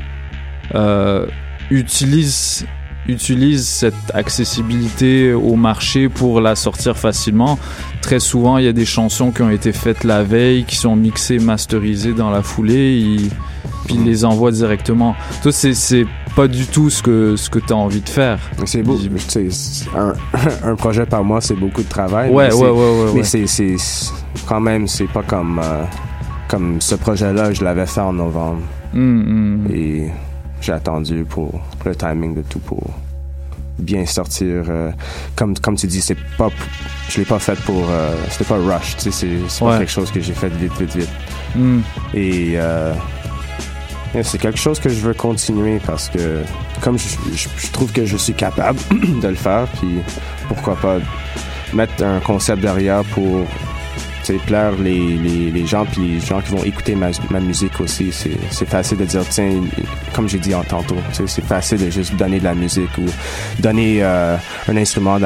utilisent cette accessibilité au marché pour la sortir facilement. Très souvent, il y a des chansons qui ont été faites la veille, qui sont mixées, masterisées dans la foulée, puis ils les envoient directement. Toi, c'est pas du tout ce que tu as envie de faire. C'est beau. Un projet par mois, c'est beaucoup de travail. Mais c'est quand même, c'est pas comme ce projet-là, je l'avais fait en novembre. Et j'ai attendu pour le timing de tout pour bien sortir. Comme tu dis, je l'ai pas fait pour... c'était pas rush, tu sais, c'est pas quelque chose que j'ai fait vite. Et c'est quelque chose que je veux continuer parce que comme je trouve que je suis capable de le faire, puis pourquoi pas mettre un concept derrière pour plaire les gens, puis les gens qui vont écouter ma musique aussi. C'est facile de dire, tiens, comme j'ai dit tantôt, c'est facile de juste donner de la musique ou donner un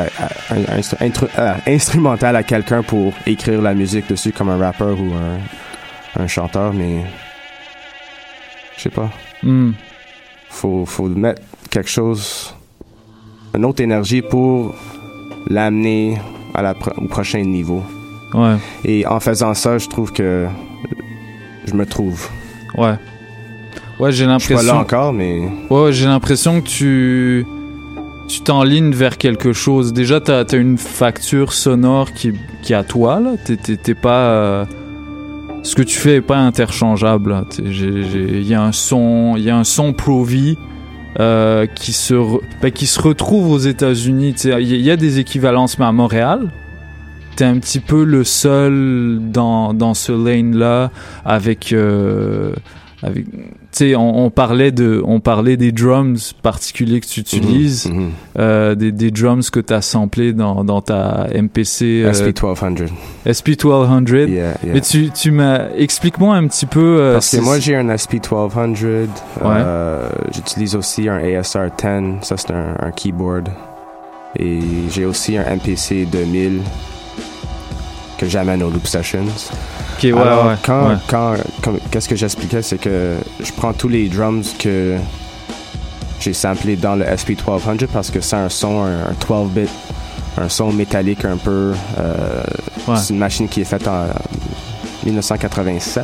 instrumental à quelqu'un pour écrire la musique dessus comme un rappeur ou un chanteur, mais je sais pas. Faut mettre quelque chose, une autre énergie pour l'amener au prochain niveau. Ouais. Et en faisant ça, je trouve que je me trouve. Ouais, j'ai l'impression... Je suis pas là encore, mais... Ouais, j'ai l'impression que tu t'enlignes vers quelque chose. Déjà, t'as une facture sonore qui est à toi, là. T'es pas... Ce que tu fais est pas interchangeable. Il y a un son Pro-V qui se retrouve aux États-Unis. Il y a des équivalences, mais à Montréal, t'es un petit peu le seul dans ce lane-là avec tu sais, on parlait des drums particuliers que tu utilises, des drums que t'as samplés dans ta MPC SP1200. SP1200. Yeah. Mais tu m'as... Explique-moi un petit peu... Parce que moi, j'ai un SP1200. J'utilise aussi un ASR 10. Ça, c'est un keyboard. Et j'ai aussi un MPC 2000 que j'amène aux Loop Sessions. Okay, qu'est-ce que j'expliquais, c'est que je prends tous les drums que j'ai samplés dans le SP1200 parce que c'est un son, un 12-bit, un son métallique un peu. C'est une machine qui est faite en 1987.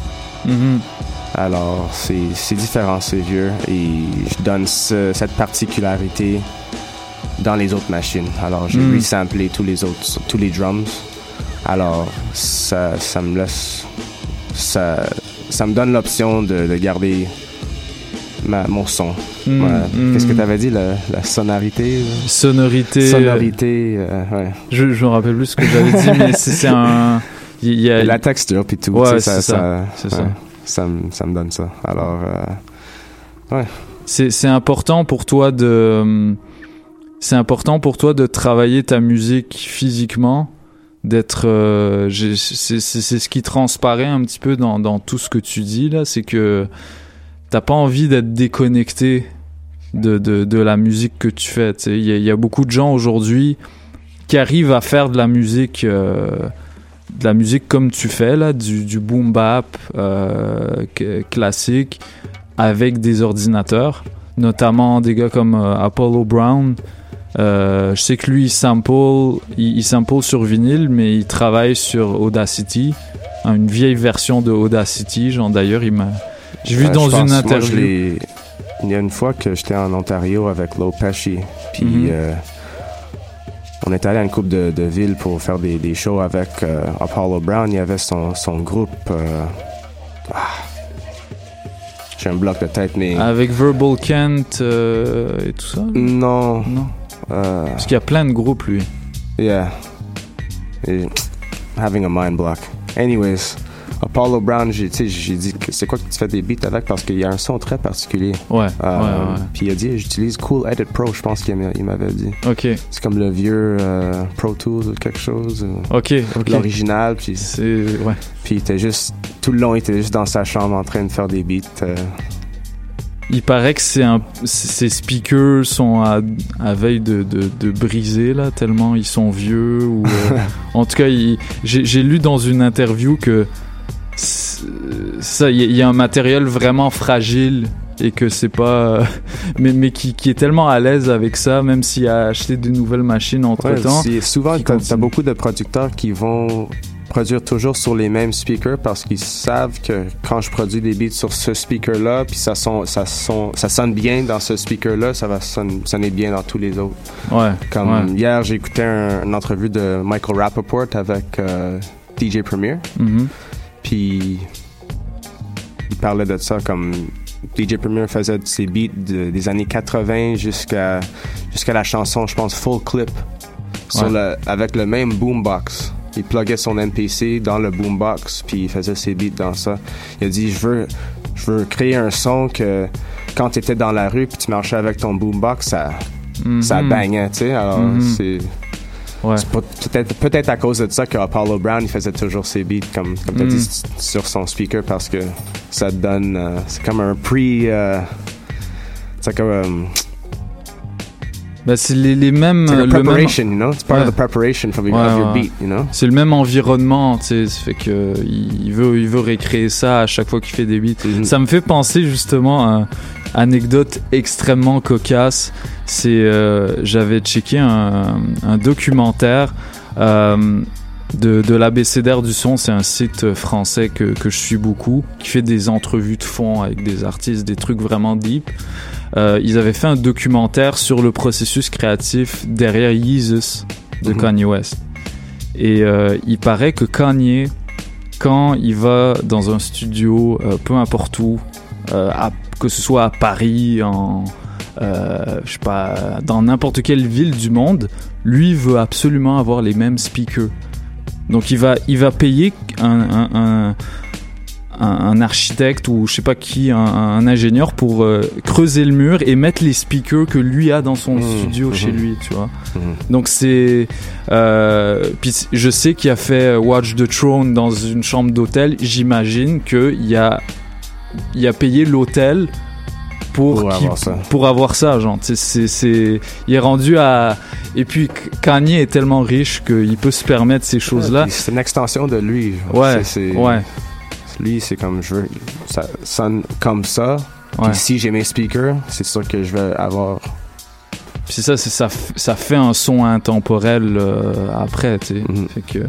Alors, c'est différent, c'est vieux. Et je donne cette particularité dans les autres machines. Alors, j'ai resamplé tous les drums. Alors, ça me laisse... Ça me donne l'option de garder mon son. Qu'est-ce que tu avais dit, la sonorité? Sonorité, ouais. Je me rappelle plus ce que j'avais dit, mais c'est un... La texture, puis tout. Ouais, c'est ça. Ça me donne ça. Alors, ouais. C'est important pour toi de... C'est important pour toi de travailler ta musique physiquement, d'être c'est ce qui transparaît un petit peu dans tout ce que tu dis là, c'est que t'as pas envie d'être déconnecté de la musique que tu fais. Il y a beaucoup de gens aujourd'hui qui arrivent à faire de la musique comme tu fais là, du boom bap classique avec des ordinateurs, notamment des gars comme Apollo Brown. Je sais que lui il sample sur vinyle, mais il travaille sur Audacity, une vieille version de Audacity. Genre d'ailleurs j'ai vu dans une interview. Il y a une fois que j'étais en Ontario avec Low Pesci, puis on est allé à une couple de villes pour faire des shows avec Apollo Brown. Il y avait son groupe. J'ai un bloc de tête, mais avec Verbal Kent et tout ça. Non. Parce qu'il y a plein de groupes, lui. Yeah. Having a mind block. Anyways, Apollo Brown, j'ai dit que c'est quoi que tu fais des beats avec, parce qu'il y a un son très particulier. Ouais. Puis il a dit, j'utilise Cool Edit Pro, je pense qu'il m'avait dit. Ok. C'est comme le vieux Pro Tools ou quelque chose. Ok. L'original, puis ouais. Puis il était juste tout le long, il était juste dans sa chambre en train de faire des beats. Il paraît que ces speakers sont à veille de briser là, tellement ils sont vieux. Ou en tout cas, j'ai lu dans une interview que il y a un matériel vraiment fragile et que c'est pas mais qui est tellement à l'aise avec ça, même s'il a acheté de nouvelles machines entre-temps. Souvent, t'as beaucoup de producteurs qui vont produire toujours sur les mêmes speakers parce qu'ils savent que quand je produis des beats sur ce speaker-là, puis ça sonne bien dans ce speaker-là, ça va sonner bien dans tous les autres. Hier, j'ai écouté une entrevue de Michael Rappaport avec DJ Premier. Puis il parlait de ça comme DJ Premier faisait ses beats des années 80 jusqu'à la chanson, je pense, Full Clip, avec le même boombox. Il pluguait son MPC dans le boombox, puis il faisait ses beats dans ça. Il a dit, je veux créer un son que quand tu étais dans la rue puis tu marchais avec ton boombox, ça bangait, tu sais. Alors, c'est peut-être à cause de ça qu'Apollo Brown, il faisait toujours ses beats, comme tu as dit, sur son speaker, parce que ça donne... c'est comme un c'est comme... c'est les mêmes. C'est preparation, you know. It's part of the preparation of your beat, you know. C'est le même environnement, tu sais. Ça fait que il veut récréer ça à chaque fois qu'il fait des beats. Ça me fait penser justement à une anecdote extrêmement cocasse. C'est j'avais checké un documentaire de l'ABCDR du son. C'est un site français que je suis beaucoup, qui fait des entrevues de fond avec des artistes, des trucs vraiment deep. Ils avaient fait un documentaire sur le processus créatif derrière Yeezus de Kanye West. Et il paraît que Kanye, quand il va dans un studio, peu importe où, que ce soit à Paris, je sais pas, dans n'importe quelle ville du monde, lui veut absolument avoir les mêmes speakers. Donc il va payer un architecte ou je sais pas qui, un ingénieur pour creuser le mur et mettre les speakers que lui a dans son studio chez lui, tu vois. Donc c'est puis je sais qu'il a fait Watch the Throne dans une chambre d'hôtel. J'imagine que il a payé l'hôtel pour avoir ça, genre. Il est rendu à... Et puis Kanye est tellement riche qu'il peut se permettre ces choses-là. C'est une extension de lui. Ouais. Lui, c'est comme ça sonne comme ça. Puis si j'ai mes speakers, c'est sûr que je vais avoir. Puis ça fait un son intemporel après, tu sais. Fait que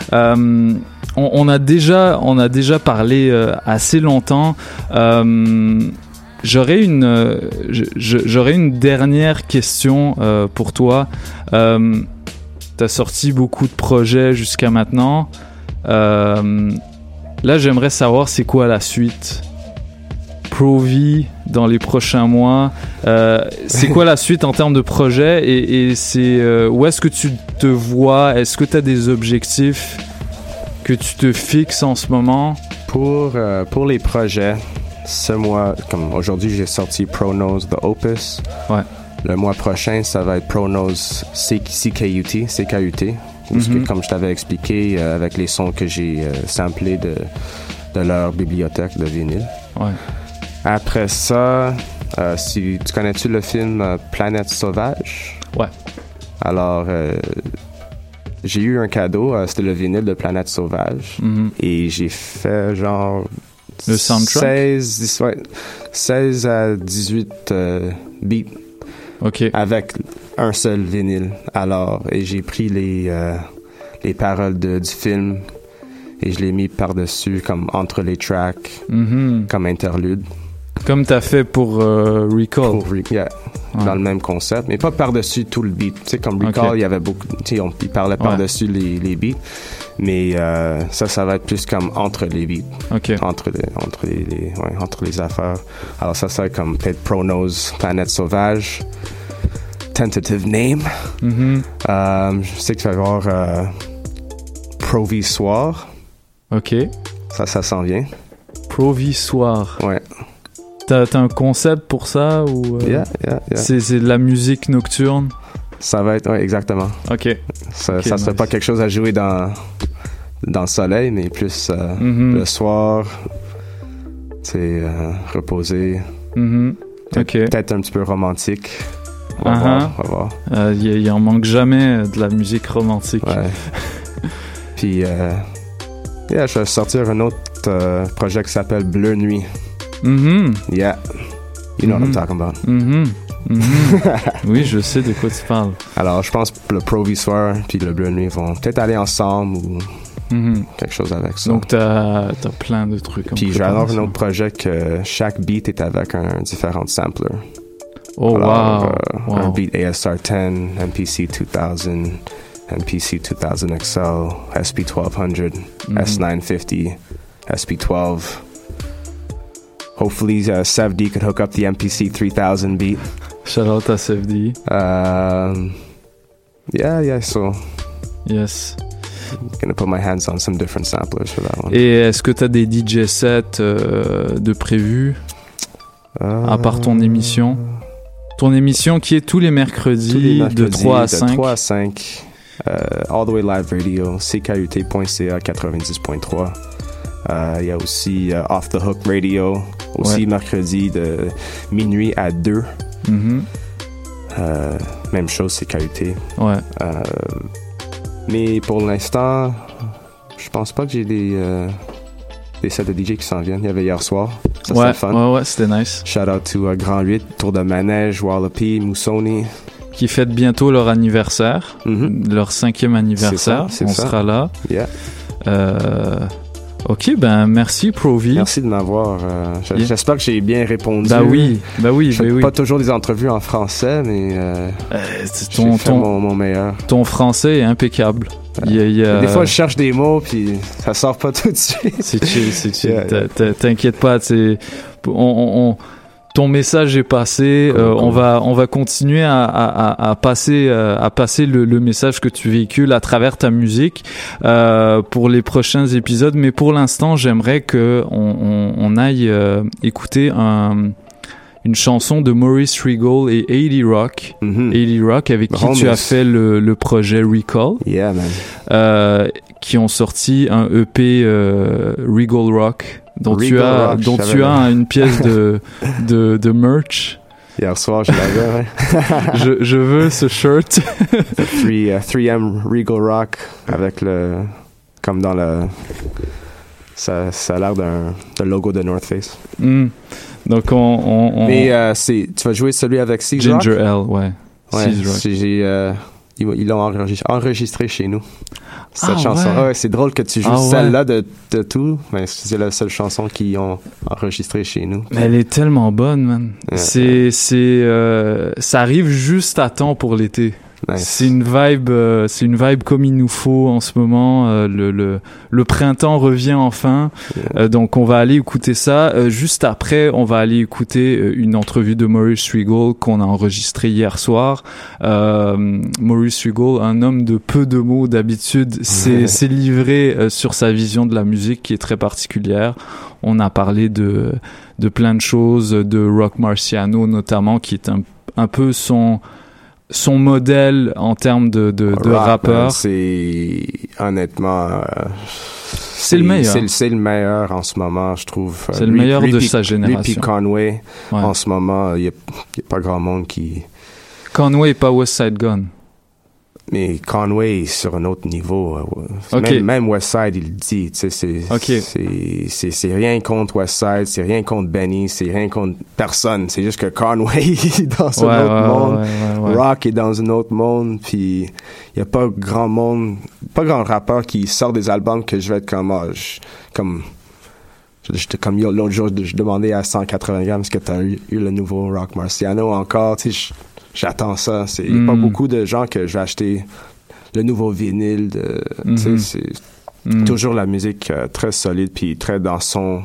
on a déjà parlé assez longtemps. J'aurais une dernière question pour toi. T'as sorti beaucoup de projets jusqu'à maintenant. Là, j'aimerais savoir c'est quoi la suite. Pro-V dans les prochains mois. C'est quoi la suite en termes de projet et c'est où est-ce que tu te vois? Est-ce que tu as des objectifs que tu te fixes en ce moment? Pour les projets, ce mois, comme aujourd'hui, j'ai sorti Pronose The Opus. Ouais. Le mois prochain, ça va être Pronose CKUT. Parce que, comme je t'avais expliqué, avec les sons que j'ai samplés de leur bibliothèque de vinyle. Ouais. Après ça, si tu connais-tu le film Planète Sauvage? Ouais. Alors, j'ai eu un cadeau, c'était le vinyle de Planète Sauvage. Et j'ai fait genre... Le soundtrack? 16 à 18 beats. OK. Avec un seul vinyle. Alors, et j'ai pris les paroles du film et je l'ai mis par-dessus, comme entre les tracks, comme interlude. Comme t'as fait pour Recall. Dans le même concept, mais pas par-dessus tout le beat. Tu sais, comme Recall, il y avait beaucoup... Tu sais, il parlait par-dessus les beats, mais ça va être plus comme entre les beats. OK. Entre les affaires. Alors ça va être comme peut-être Pronose, Planète Sauvage, tentative name. Je sais que tu vas avoir Pro-V Soir. OK. Ça s'en vient. Pro-V Soir. Ouais. T'as un concept pour ça ou Yeah. C'est de la musique nocturne? Ça va être, ouais, exactement. OK. Ça serait pas quelque chose à jouer dans le soleil, mais plus le soir, c'est reposé. Peut-être un petit peu romantique. On va voir. Il en manque jamais de la musique romantique. Ouais. Puis, je vais sortir un autre projet qui s'appelle Bleu Nuit. Yeah. You know what I'm talking about. Oui, je sais de quoi tu parles. Alors, je pense que le Pro-V Soir puis le Bleu Nuit vont peut-être aller ensemble ou quelque chose avec ça. Donc, t'as plein de trucs. Puis, je vais avoir un autre projet que chaque beat est avec un différent sampler. Oh, alors, wow. Un beat ASR 10, MPC 2000, MPC 2000 XL, SP 1200, S950, SP 12. hopefully Sev D could hook up the MPC 3000 beat. Shout out à Sev D. Yeah, so. Yes. I'm gonna put my hands on some different samplers for that one. Et est-ce que t'as des DJ sets de prévus à part ton émission? Ton émission qui est tous les mercredis, de 3 à 5. 3 à 5. All the way live radio, CKUT.ca 90.3. Il y a aussi Off the Hook Radio, aussi mercredi de minuit à 2. Mm-hmm. Même chose, CKUT. Ouais. Mais pour l'instant, je pense pas que j'ai des sets de DJ qui s'en viennent. Il y avait hier soir. Ça, c'était fun. Ouais, c'était nice. Shout out to Grand 8, Tour de Manège, Wallopy, Moussoni. Qui fêtent bientôt leur anniversaire, leur 5e anniversaire. C'est ça. Sera là. Yeah. Ok, ben merci Pro-V. Merci de m'avoir. J'espère que j'ai bien répondu. Bah oui. Je fais pas toujours des entrevues en français, mais j'ai fait mon meilleur. Ton français est impeccable. Des fois, je cherche des mots, puis ça sort pas tout de suite. C'est chill. T'inquiète pas, ton message est passé. Cool. On va continuer à passer le message que tu véhicules à travers ta musique pour les prochains épisodes. Mais pour l'instant, j'aimerais que on aille écouter une chanson de Maurice Regal et A.D. Rock. A.D. Rock avec qui tu as fait le projet Recall. Yeah, man. Qui ont sorti un EP Regal Rock. dont tu as une pièce de merch. Hier soir, je l'avais, ouais. je veux ce shirt. 3M Regal Rock avec comme dans ça a l'air d'un logo de North Face. Donc Mais tu vas jouer celui avec Seas Rock? Ginger Ale, ouais. Ouais, ils l'ont enregistré chez nous. Cette chanson. Ouais. C'est drôle que tu joues celle-là de tout, mais c'est la seule chanson qu'ils ont enregistrée chez nous. Mais elle est tellement bonne, man. Ouais. Ça arrive juste à temps pour l'été. Nice. C'est une vibe comme il nous faut en ce moment. Le printemps revient enfin. Yeah. Donc on va aller écouter ça. Juste après, on va aller écouter une entrevue de Maurice Regal qu'on a enregistrée hier soir. Maurice Regal, un homme de peu de mots d'habitude, s'est livré sur sa vision de la musique qui est très particulière. On a parlé de plein de choses, de Rock Marciano notamment, qui est un peu son modèle en termes de rappeur. C'est honnêtement c'est le meilleur. C'est le meilleur en ce moment, je trouve. C'est le meilleur de sa génération. Lui puis Conway, en ce moment, il y a pas grand monde qui... Conway et pas West Side Gun. Mais Conway est sur un autre niveau. Même Westside, il le dit. C'est rien contre Westside, c'est rien contre Benny, c'est rien contre personne. C'est juste que Conway est dans un autre monde. Ouais. Rock est dans un autre monde. Puis il y a pas grand rappeur qui sort des albums que je vais être comme l'autre jour, je demandais à 180 grammes est-ce que tu as eu le nouveau Rock Marciano encore. J'attends ça. Il n'y a pas beaucoup de gens que je vais acheter le nouveau vinyle. C'est toujours la musique très solide puis très dans son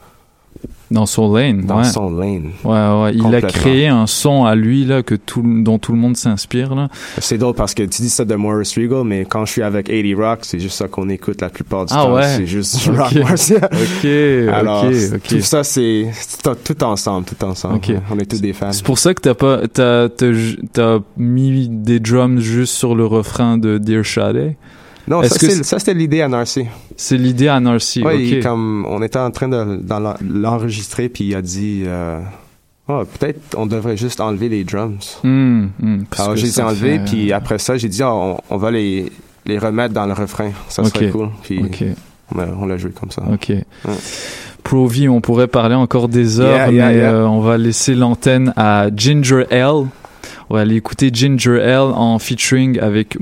lane. Ouais. Il a créé un son à lui là dont tout le monde s'inspire là. C'est drôle parce que tu dis ça de Maurice Regal, mais quand je suis avec A.D. Rock, c'est juste ça qu'on écoute la plupart du temps. Ouais. C'est juste Rock Marciano. Alors, tout ça, c'est tout ensemble. Okay. On est tous des fans. C'est pour ça que t'as mis des drums juste sur le refrain de Dear Shade. Non, ça c'était l'idée à Narcy. C'est l'idée à Narcy, ok. Comme on était en train de l'enregistrer, puis il a dit peut-être on devrait juste enlever les drums. Alors j'ai dit enlever, puis après ça j'ai dit on va les remettre dans le refrain, ça serait cool. Puis on l'a joué comme ça. Ok. Pro-V, on pourrait parler encore des heures, mais on va laisser l'antenne à Ginger Ale. On va aller écouter Ginger Ale en featuring avec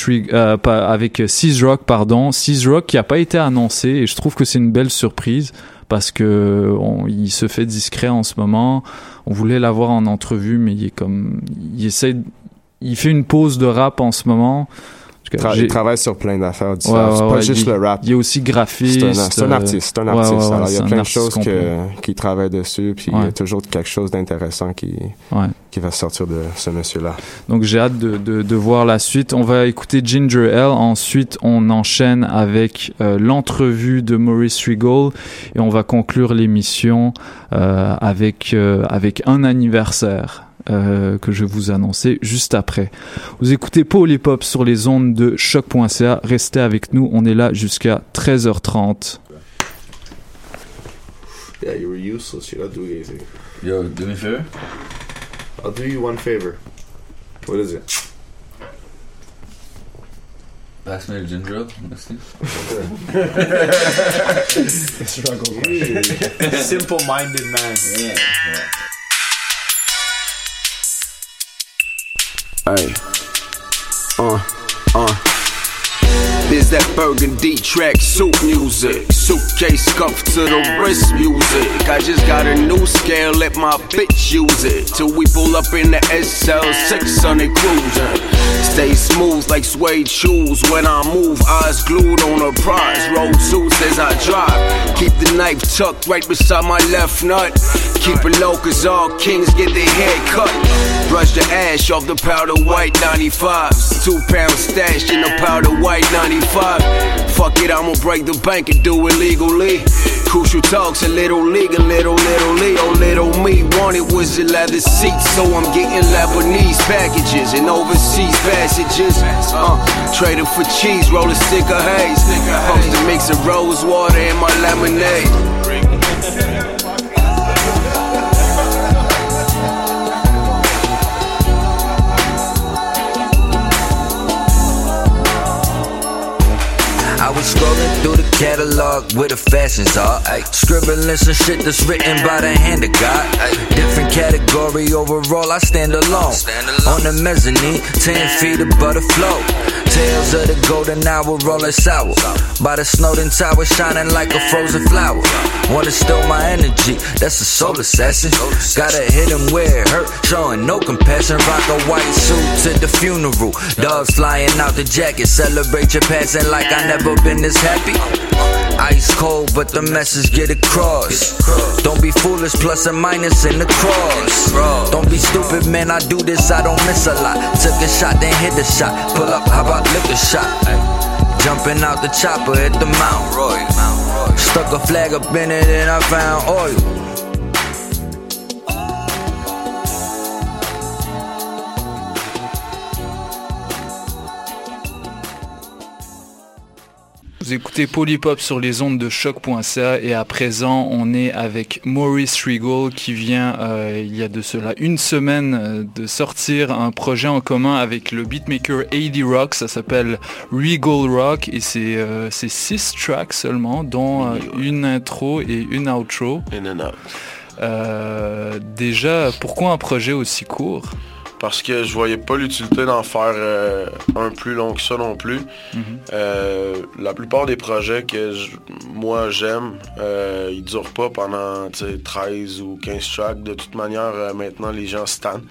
avec Seas Rock, Seas Rock qui a pas été annoncé et je trouve que c'est une belle surprise parce que il se fait discret en ce moment. On voulait l'avoir en entrevue, mais il fait une pause de rap en ce moment. Il travaille sur plein d'affaires différentes. C'est pas juste le rap. Il est aussi graphiste. C'est un artiste. Alors, il y a plein de choses qu'il travaille dessus, puis il y a toujours quelque chose d'intéressant qui va sortir de ce monsieur-là. Donc, j'ai hâte de voir la suite. On va écouter Ginger Ale. Ensuite, on enchaîne avec l'entrevue de Maurice Regal et on va conclure l'émission avec un anniversaire. Que je vais vous annoncer juste après. Vous écoutez Paul Hip Hop sur les ondes de choc.ca. Restez avec nous, on est là jusqu'à 13h30. Yeah, you were useless. You're not doing anything. Yo, do me a favor? I'll do you one favor. What is it? Pass me a ginger ale. Simple-minded man. Yeah. Hey, There's that burgundy track suit music, suitcase scuffed to the wrist music. I just got a new scale, let my bitch use it till we pull up in the SL600 cruiser. Stay smooth like suede shoes when I move, eyes glued on the prize. Roll suits as I drive, keep the knife tucked right beside my left nut. Keep it low cause all kings get their hair cut. Brush the ash off the powder white 95s. 2 pounds stashed in the powder white 95. Fuck it, I'ma break the bank and do it legally. Crucial talks, a little league, a little Lee. Oh, little me wanted was a leather seat, so I'm getting Lebanese packages and overseas passages. Trading for cheese, roll a stick of haze. Supposed to mix of rose water in my lemonade. I was scrolling through the catalog where the fashions are. Scribbling some shit that's written by the hand of God. Different category overall, I stand alone. On the mezzanine, 10 feet above the floor. Tales of the golden hour rolling sour. By the Snowden Tower shining like a frozen flower. Wanna steal my energy, that's a soul assassin. Gotta hit him where it hurt, showing no compassion. Rock a white suit to the funeral. Dogs flying out the jacket, celebrate your passing like I never been this happy. Ice cold, but the message get across. Don't be foolish, plus and minus in the cross. Don't be stupid, man, I do this, I don't miss a lot. Took a shot, then hit the shot. Pull up, how about lick a shot? Jumping out the chopper, hit the Mount Roy. Stuck a flag up in it and I found oil. Vous écoutez Paul Hip Hop sur les ondes de choc.ca et à présent on est avec Maurice Regal qui vient il y a de cela une semaine de sortir un projet en commun avec le beatmaker AD Rock. Ça s'appelle Regal Rock et c'est 6 tracks seulement dont une intro et une outro. Déjà, pourquoi un projet aussi court? Parce que je voyais pas l'utilité d'en faire un plus long que ça non plus. La plupart des projets que moi j'aime, ils durent pas pendant 13 ou 15 tracks. De toute manière, maintenant les gens stannent.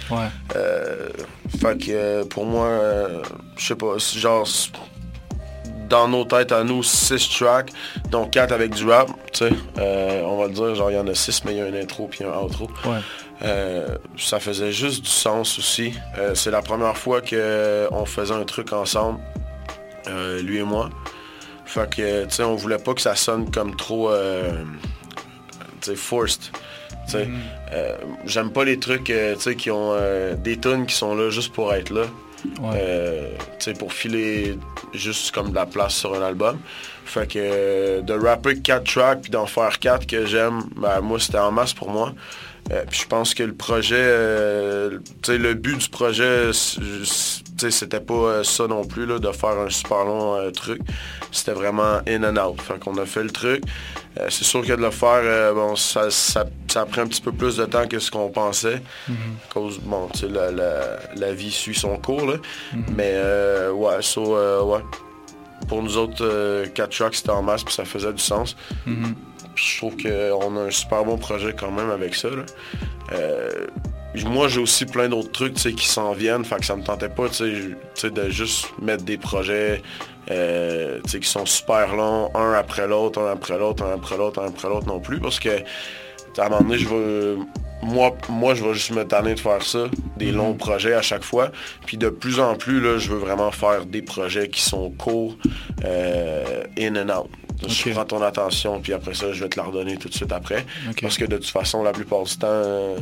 Fait que pour moi, je sais pas, genre dans nos têtes à nous, 6 tracks, dont 4 avec du rap, tu sais. On va le dire, genre il y en a 6, mais il y a une intro puis un outro. Ça faisait juste du sens aussi. C'est la première fois qu'on faisait un truc ensemble, lui et moi. Fait que, tu sais, on voulait pas que ça sonne comme trop, tu sais, forced. J'aime pas les trucs, tu sais, qui ont des tunes qui sont là juste pour être là. Tu sais, pour filer juste comme de la place sur un album. Fait que de rapper 4 tracks puis d'en faire 4 que j'aime, ben moi c'était en masse pour moi. Puis je pense que le projet, tu sais, le but du projet, tu sais, c'était pas ça non plus, là, de faire un super long truc. C'était vraiment in and out. Fait qu'on a fait le truc. C'est sûr que de le faire, bon, ça a pris un petit peu plus de temps que ce qu'on pensait. À cause, bon, tu sais, la vie suit son cours, là. Mais, ouais, ouais. Pour nous autres, 4 tracks, c'était en masse, puis ça faisait du sens. Puis je trouve qu'on a un super bon projet quand même avec ça, là. moi, j'ai aussi plein d'autres trucs, tu sais, qui s'en viennent. Fait que ça me tentait pas, tu sais, de juste mettre des projets, tu sais, qui sont super longs, un après l'autre non plus. Parce que, à un moment donné, moi, je vais juste me tanner de faire ça, des longs projets à chaque fois. Puis de plus en plus, là, je veux vraiment faire des projets qui sont courts, in and out. Je prends ton attention, puis après ça, je vais te la redonner tout de suite après. Parce que de toute façon, la plupart du temps,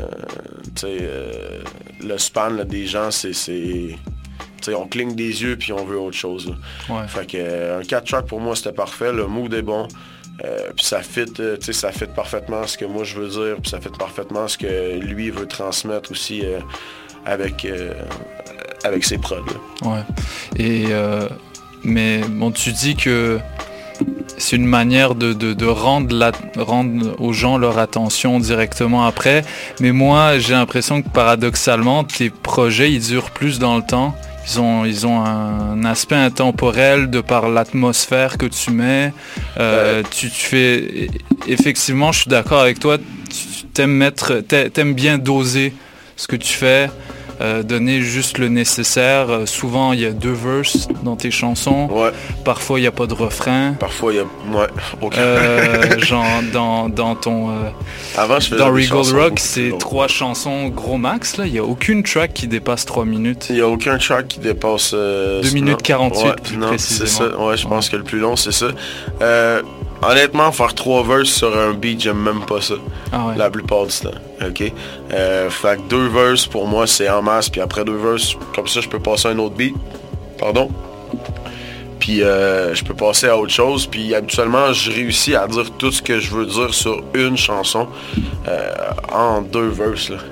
le span là, des gens, c'est on cligne des yeux, puis on veut autre chose. Ouais. Fait que un 4 track pour moi, c'était parfait. Le mood est bon. Puis ça fit parfaitement ce que moi je veux dire, puis ça fit parfaitement ce que lui veut transmettre aussi avec ses prods. Là. Ouais. Et mais bon, tu dis que c'est une manière de rendre aux gens leur attention directement après. Mais moi, j'ai l'impression que paradoxalement, tes projets, ils durent plus dans le temps. Ils ont un aspect intemporel de par l'atmosphère que tu mets. Tu fais... Effectivement, je suis d'accord avec toi. Tu t'aimes bien doser ce que tu fais. Donner juste le nécessaire. Souvent, il y a 2 verses dans tes chansons. Ouais. Parfois, il n'y a pas de refrain. Parfois, il y a... Ouais, aucun. Genre, dans ton... Avant, je faisais dans Regal Rock, c'est 3 chansons gros max. Là. Il n'y a aucune track qui dépasse 3 minutes. Il n'y a aucun track qui dépasse... 2 minutes 48, plus précisément. C'est ça. Ouais, je pense que le plus long, c'est ça. Honnêtement, faire 3 verses sur un beat, j'aime même pas ça. Ah ouais. La plupart du temps. OK? Fait que 2 verses, pour moi, c'est en masse. Puis après 2 verses, comme ça, je peux passer à un autre beat. Pardon? Puis je peux passer à autre chose. Puis habituellement, je réussis à dire tout ce que je veux dire sur une chanson en 2 verses. Là,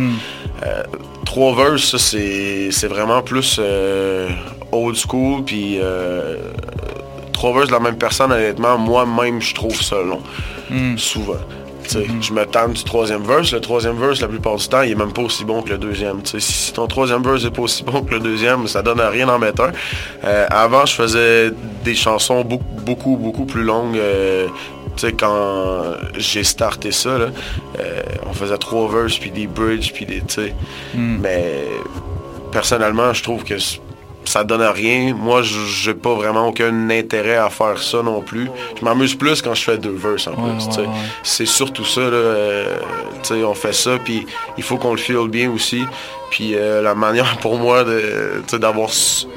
3 verses, ça, c'est vraiment plus old school. Puis... 3 verses de la même personne, honnêtement, moi-même, je trouve ça long. Souvent. Je me tente du 3e verse. Le 3e verse, la plupart du temps, il est même pas aussi bon que le 2e. Si ton 3e verse n'est pas aussi bon que le 2e, ça donne à rien d'en mettre un. Avant, je faisais des chansons beaucoup plus longues. Quand j'ai starté ça, là, on faisait 3 verses, puis des bridges, puis des... Mais personnellement, je trouve que ça donne à rien. Moi, j'ai pas vraiment aucun intérêt à faire ça non plus. Je m'amuse plus quand je fais 2 verses en plus. Ouais. C'est surtout ça. Là, on fait ça, puis il faut qu'on le feel bien aussi. Puis la manière pour moi d'avoir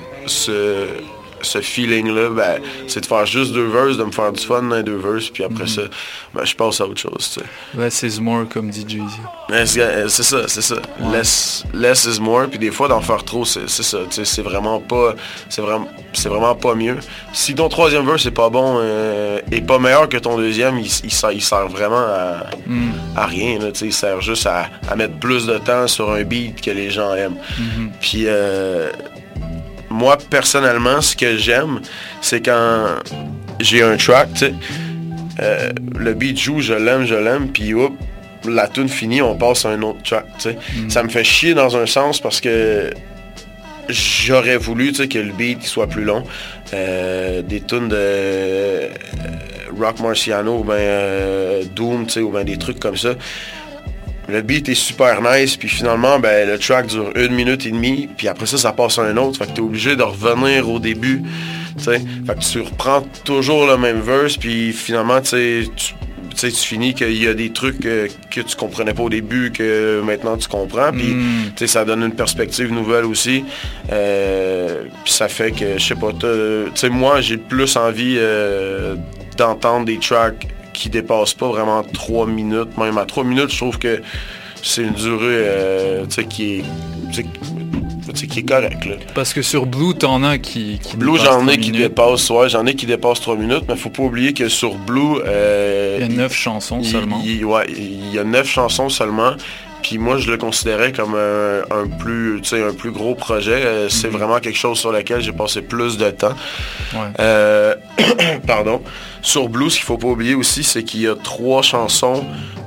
ce feeling-là, ben, c'est de faire juste 2 verses, de me faire du fun dans les 2 verses, puis après ça, ben, je passe à autre chose. Less is more, comme dit Jay-Z. C'est ça. Ouais. Less is more, puis des fois, d'en faire trop, c'est ça. C'est vraiment pas mieux. Si ton 3e verse est pas bon et pas meilleur que ton 2e, il sert vraiment à rien. Là, il sert juste à mettre plus de temps sur un beat que les gens aiment. Puis... moi, personnellement, ce que j'aime, c'est quand j'ai un track, le beat joue, je l'aime, puis hop, la tune finie, on passe à un autre track, Ça me fait chier dans un sens parce que j'aurais voulu, que le beat soit plus long. Des tunes de Rock Marciano ou Doom, ou des trucs comme ça. Le beat est super nice, puis finalement, ben, le track dure 1 minute et demie, puis après ça passe à un autre, fait que t'es obligé de revenir au début, fait que tu reprends toujours le même verse, puis finalement, tu finis qu'il y a des trucs que tu comprenais pas au début, que maintenant tu comprends, puis ça donne une perspective nouvelle aussi, puis ça fait que, je sais pas, moi, j'ai plus envie d'entendre des tracks qui dépasse pas vraiment 3 minutes. Même à 3 minutes, je trouve que c'est une durée qui est correcte. Là. Parce que sur Blue, t'en as qui Blue, j'en ai qui dépassent 3 minutes, mais faut pas oublier que sur Blue... il y a 9 chansons seulement. Il y a 9 chansons seulement. Puis moi, je le considérais comme un plus gros projet. C'est vraiment quelque chose sur lequel j'ai passé plus de temps. Ouais. Pardon. Sur Blue, ce qu'il faut pas oublier aussi, c'est qu'il y a 3 chansons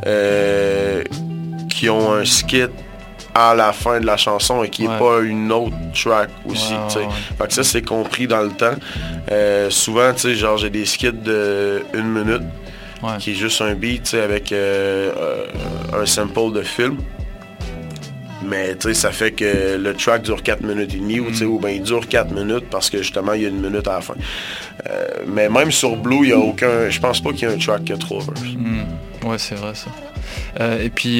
qui ont un skit à la fin de la chanson et qui n'est pas une autre track aussi. Fait que ça, c'est compris dans le temps. Souvent, j'ai des skits de 1 minute. Qui est juste un beat avec un sample de film. Mais tu sais, ça fait que le track dure 4 minutes et demie, ou bien il dure 4 minutes parce que justement il y a 1 minute à la fin. Mais même sur Blue, il y a aucun. Je pense pas qu'il y ait un track qui a 3 verses. Ouais, c'est vrai ça. Et puis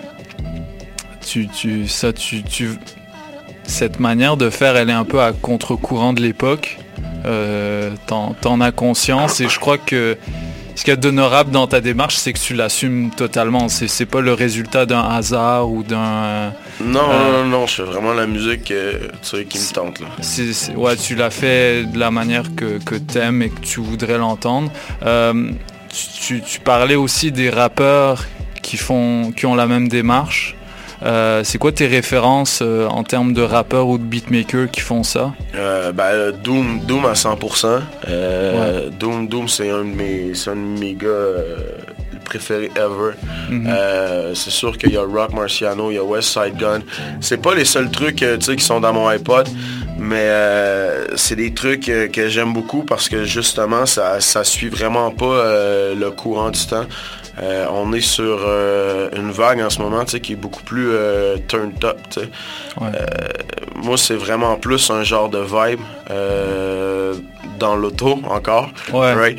cette manière de faire, elle est un peu à contre-courant de l'époque. T'en as conscience, et je crois que ce qui est honorable dans ta démarche, c'est que tu l'assumes totalement. C'est pas le résultat d'un hasard ou d'un... Non, je fais vraiment la musique qui me tente. Là. Ouais, tu l'as fait de la manière que t'aimes et que tu voudrais l'entendre. Tu parlais aussi des rappeurs qui ont la même démarche. C'est quoi tes références en termes de rappeurs ou de beatmakers qui font ça? Doom à 100%. Doom, c'est un de mes gars préférés ever. C'est sûr qu'il y a Rock Marciano, il y a West Side Gun. C'est pas les seuls trucs qui sont dans mon iPod, mais c'est des trucs que j'aime beaucoup parce que justement, ça suit vraiment pas le courant du temps. On est sur une vague en ce moment qui est beaucoup plus turned up. Moi, c'est vraiment plus un genre de vibe dans l'auto encore. Ouais.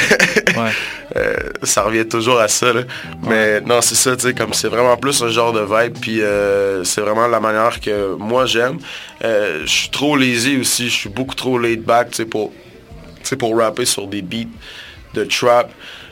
Ça revient toujours à ça. Là. Mais non, c'est ça, comme c'est vraiment plus un genre de vibe. Puis c'est vraiment la manière que moi j'aime. Je suis trop lazy aussi. Je suis beaucoup trop laid back pour rapper sur des beats de trap.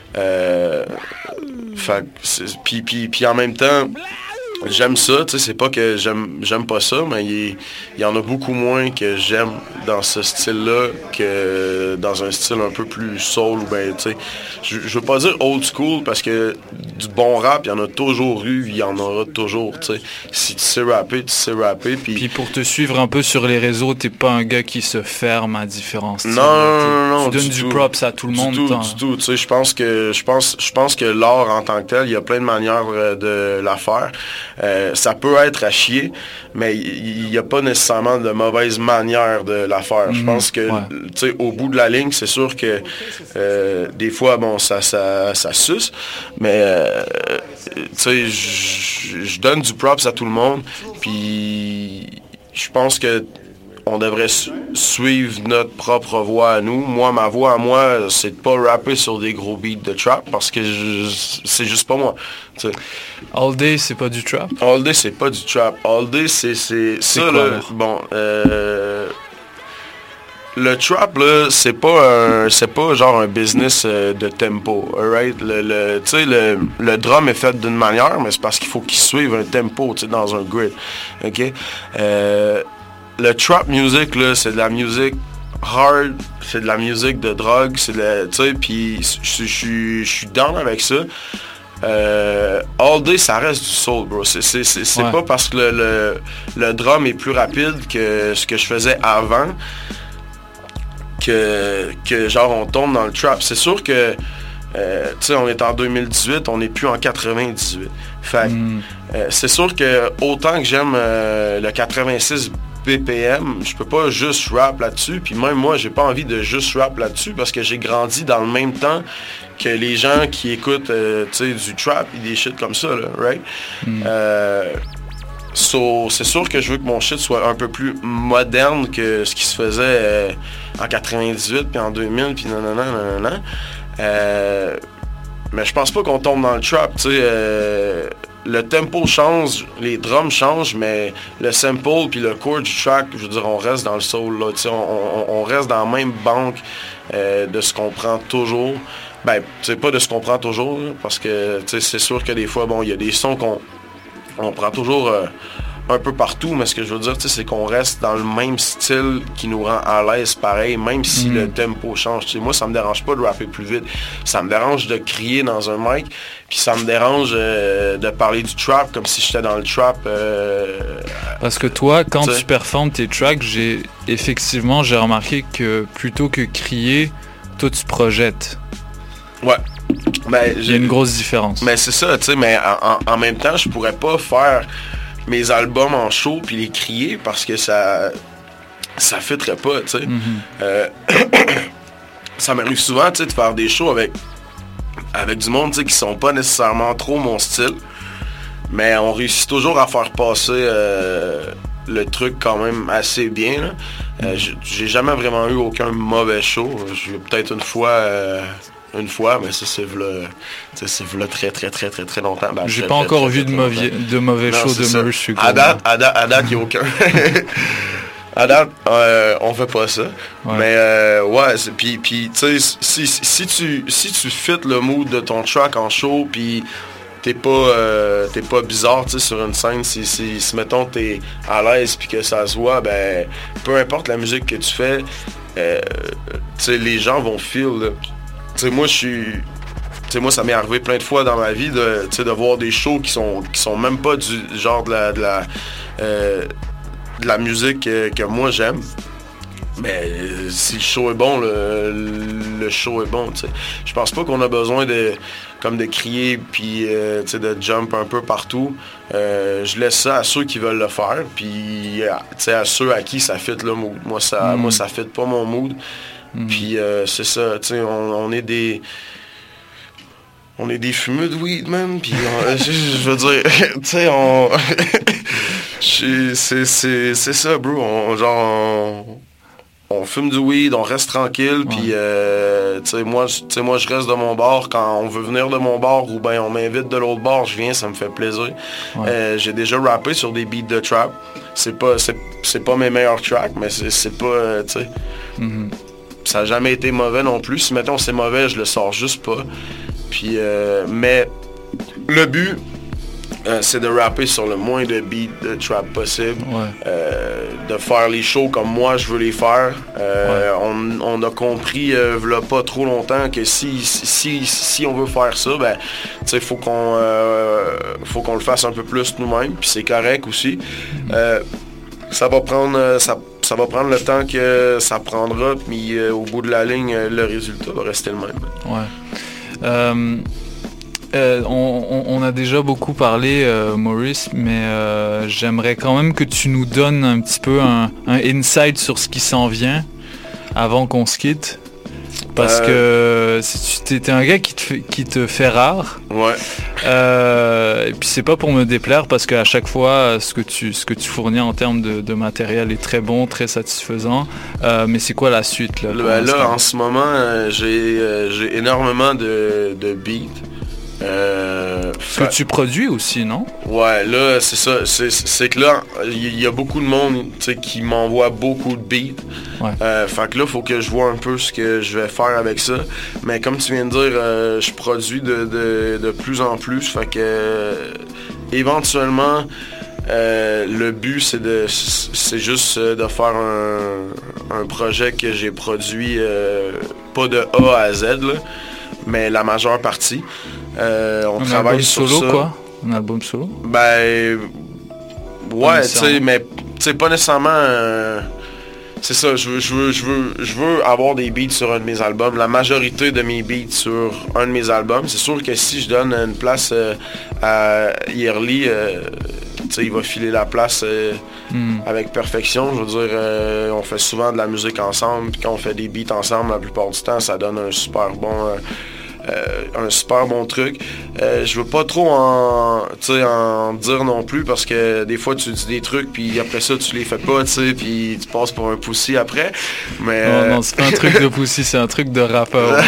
Puis en même temps, j'aime ça, c'est pas que j'aime pas ça, mais il y en a beaucoup moins que j'aime dans ce style-là que dans un style un peu plus soul, ou ben, je veux pas dire old school parce que du bon rap, il y en a toujours eu, il y en aura toujours, Si tu sais rapper, tu sais rapper. Puis pour te suivre un peu sur les réseaux, t'es pas un gars qui se ferme à différents styles. Non, tu donnes du props à tout le monde. Du tout. Je pense que l'art en tant que tel, il y a plein de manières de la faire. Ça peut être à chier, mais il n'y a pas nécessairement de mauvaise manière de la faire. Je pense que, au bout de la ligne, c'est sûr que des fois, bon, ça suce, mais je donne du props à tout le monde, puis je pense que on devrait suivre notre propre voix à nous. Moi, ma voix à moi, c'est de pas rapper sur des gros beats de trap parce que c'est juste pas moi. T'sais. All Day, c'est pas du trap? All Day, c'est pas du trap. All Day, c'est ça, quoi, là. Bon, le trap, là, c'est pas genre un business de tempo, alright? Le drum est fait d'une manière, mais c'est parce qu'il faut qu'il suive un tempo, dans un grid, ok? Le trap music, là, c'est de la musique hard, c'est de la musique de drogue, c'est de, tu sais, puis je suis down avec ça. All Day, ça reste du soul, bro. C'est pas parce que le drum est plus rapide que ce que je faisais avant que genre on tombe dans le trap. C'est sûr que tu sais, on est en 2018, on n'est plus en 98. Fait c'est sûr que autant que j'aime le 86 BPM, je peux pas juste rap là-dessus, puis même moi j'ai pas envie de juste rap là-dessus parce que j'ai grandi dans le même temps que les gens qui écoutent tu sais, du trap et des shit comme ça, là, right? C'est sûr que je veux que mon shit soit un peu plus moderne que ce qui se faisait en 98 puis en 2000 puis nanana. Mais je pense pas qu'on tombe dans le trap, tu sais. Le tempo change, les drums changent, mais le sample puis le chord du track, je veux dire, on reste dans le soul, là, tu sais, on reste dans la même banque de ce qu'on prend toujours. Ben, tu sais, pas de ce qu'on prend toujours, là, parce que, tu sais, c'est sûr que des fois, bon, il y a des sons qu'on prend toujours un peu partout, mais ce que je veux dire, c'est qu'on reste dans le même style qui nous rend à l'aise pareil, même si le tempo change. T'sais, moi, ça me dérange pas de rapper plus vite. Ça me dérange de crier dans un mic, puis ça me dérange de parler du trap comme si j'étais dans le trap. Parce que toi, quand tu performes tes tracks, j'ai remarqué que plutôt que crier, toi, tu projettes. Ouais. Ben, il y a une grosse différence. Mais c'est ça, tu sais, mais en même temps, je pourrais pas faire mes albums en show puis les crier parce que ça fitterait pas, tu sais. Ça m'arrive souvent, tu sais, de faire des shows avec du monde, tu sais, qui sont pas nécessairement trop mon style. Mais on réussit toujours à faire passer le truc quand même assez bien. Là. J'ai jamais vraiment eu aucun mauvais show. J'ai eu peut-être une fois, mais ça c'est v'là très très très très très longtemps. Ben, j'ai pas encore vu de mauvais show de Merch. À date, il n'y a aucun. À date, on fait pas ça. Ouais. Mais puis tu sais, si tu fit le mood de ton track en show, puis t'es pas bizarre, tu sais, sur une scène, si mettons t'es à l'aise puis que ça se voit, ben peu importe la musique que tu fais, tu sais, les gens vont feel. Tu sais, moi ça m'est arrivé plein de fois dans ma vie de voir des shows qui sont même pas du genre de la musique que moi j'aime. Mais si le show est bon, le show est bon, tu sais. Je pense pas qu'on a besoin de crier puis de jump un peu partout. Je laisse ça à ceux qui veulent le faire, puis à ceux à qui ça fit le mood. Moi ça fit pas mon mood. Puis c'est ça, tu sais, on est des fumeux de weed, man. Puis je veux dire, tu sais, c'est ça, bro. On fume du weed, on reste tranquille, puis moi je reste de mon bar. Quand on veut venir de mon bar ou ben on m'invite de l'autre bar, je viens, ça me fait plaisir. Ouais. J'ai déjà rappé sur des beats de trap. C'est pas mes meilleurs tracks, mais c'est pas, tu sais. Ça n'a jamais été mauvais non plus. Si mettons c'est mauvais, je le sors juste pas. Puis mais le but, c'est de rapper sur le moins de beats de trap possible, de faire les shows comme moi je veux les faire. On a compris v'là pas trop longtemps que si on veut faire ça, ben tu sais faut qu'on le fasse un peu plus nous-mêmes, puis c'est correct aussi. Ça va prendre le temps que ça prendra, puis au bout de la ligne, le résultat va rester le même. On a déjà beaucoup parlé, Maurice, mais j'aimerais quand même que tu nous donnes un petit peu un insight sur ce qui s'en vient avant qu'on se quitte. Parce que t'es un gars qui te fait rare. Ouais. Et puis c'est pas pour me déplaire, parce qu'à chaque fois, ce que tu fournis en termes de matériel est très bon, très satisfaisant. Mais c'est quoi la suite là? Là, en ce moment, j'ai énormément de beats. Que tu produis aussi, non? Ouais, là, c'est ça. C'est que là, il y a beaucoup de monde qui m'envoie beaucoup de beats. Ouais. Fait que là, il faut que je vois un peu ce que je vais faire avec ça. Mais comme tu viens de dire, je produis de plus en plus. Fait que éventuellement, le but, c'est juste de faire un projet que j'ai produit pas de A à Z, là, mais la majeure partie. On travaille sur solo, ça. Quoi? Un album solo? Ben ouais, tu sais, mais tu sais pas nécessairement. C'est ça, je veux avoir des beats sur un de mes albums. La majorité de mes beats sur un de mes albums. C'est sûr que si je donne une place à Yearly, tu sais, il va filer la place avec perfection. Je veux dire, on fait souvent de la musique ensemble, puis quand on fait des beats ensemble, la plupart du temps, ça donne un super bon truc. Je veux pas trop en dire non plus, parce que des fois tu dis des trucs puis après ça tu les fais pas, tu sais, puis tu passes pour un pussy après. Mais non, c'est pas un truc de pussy, c'est un truc de rappeur.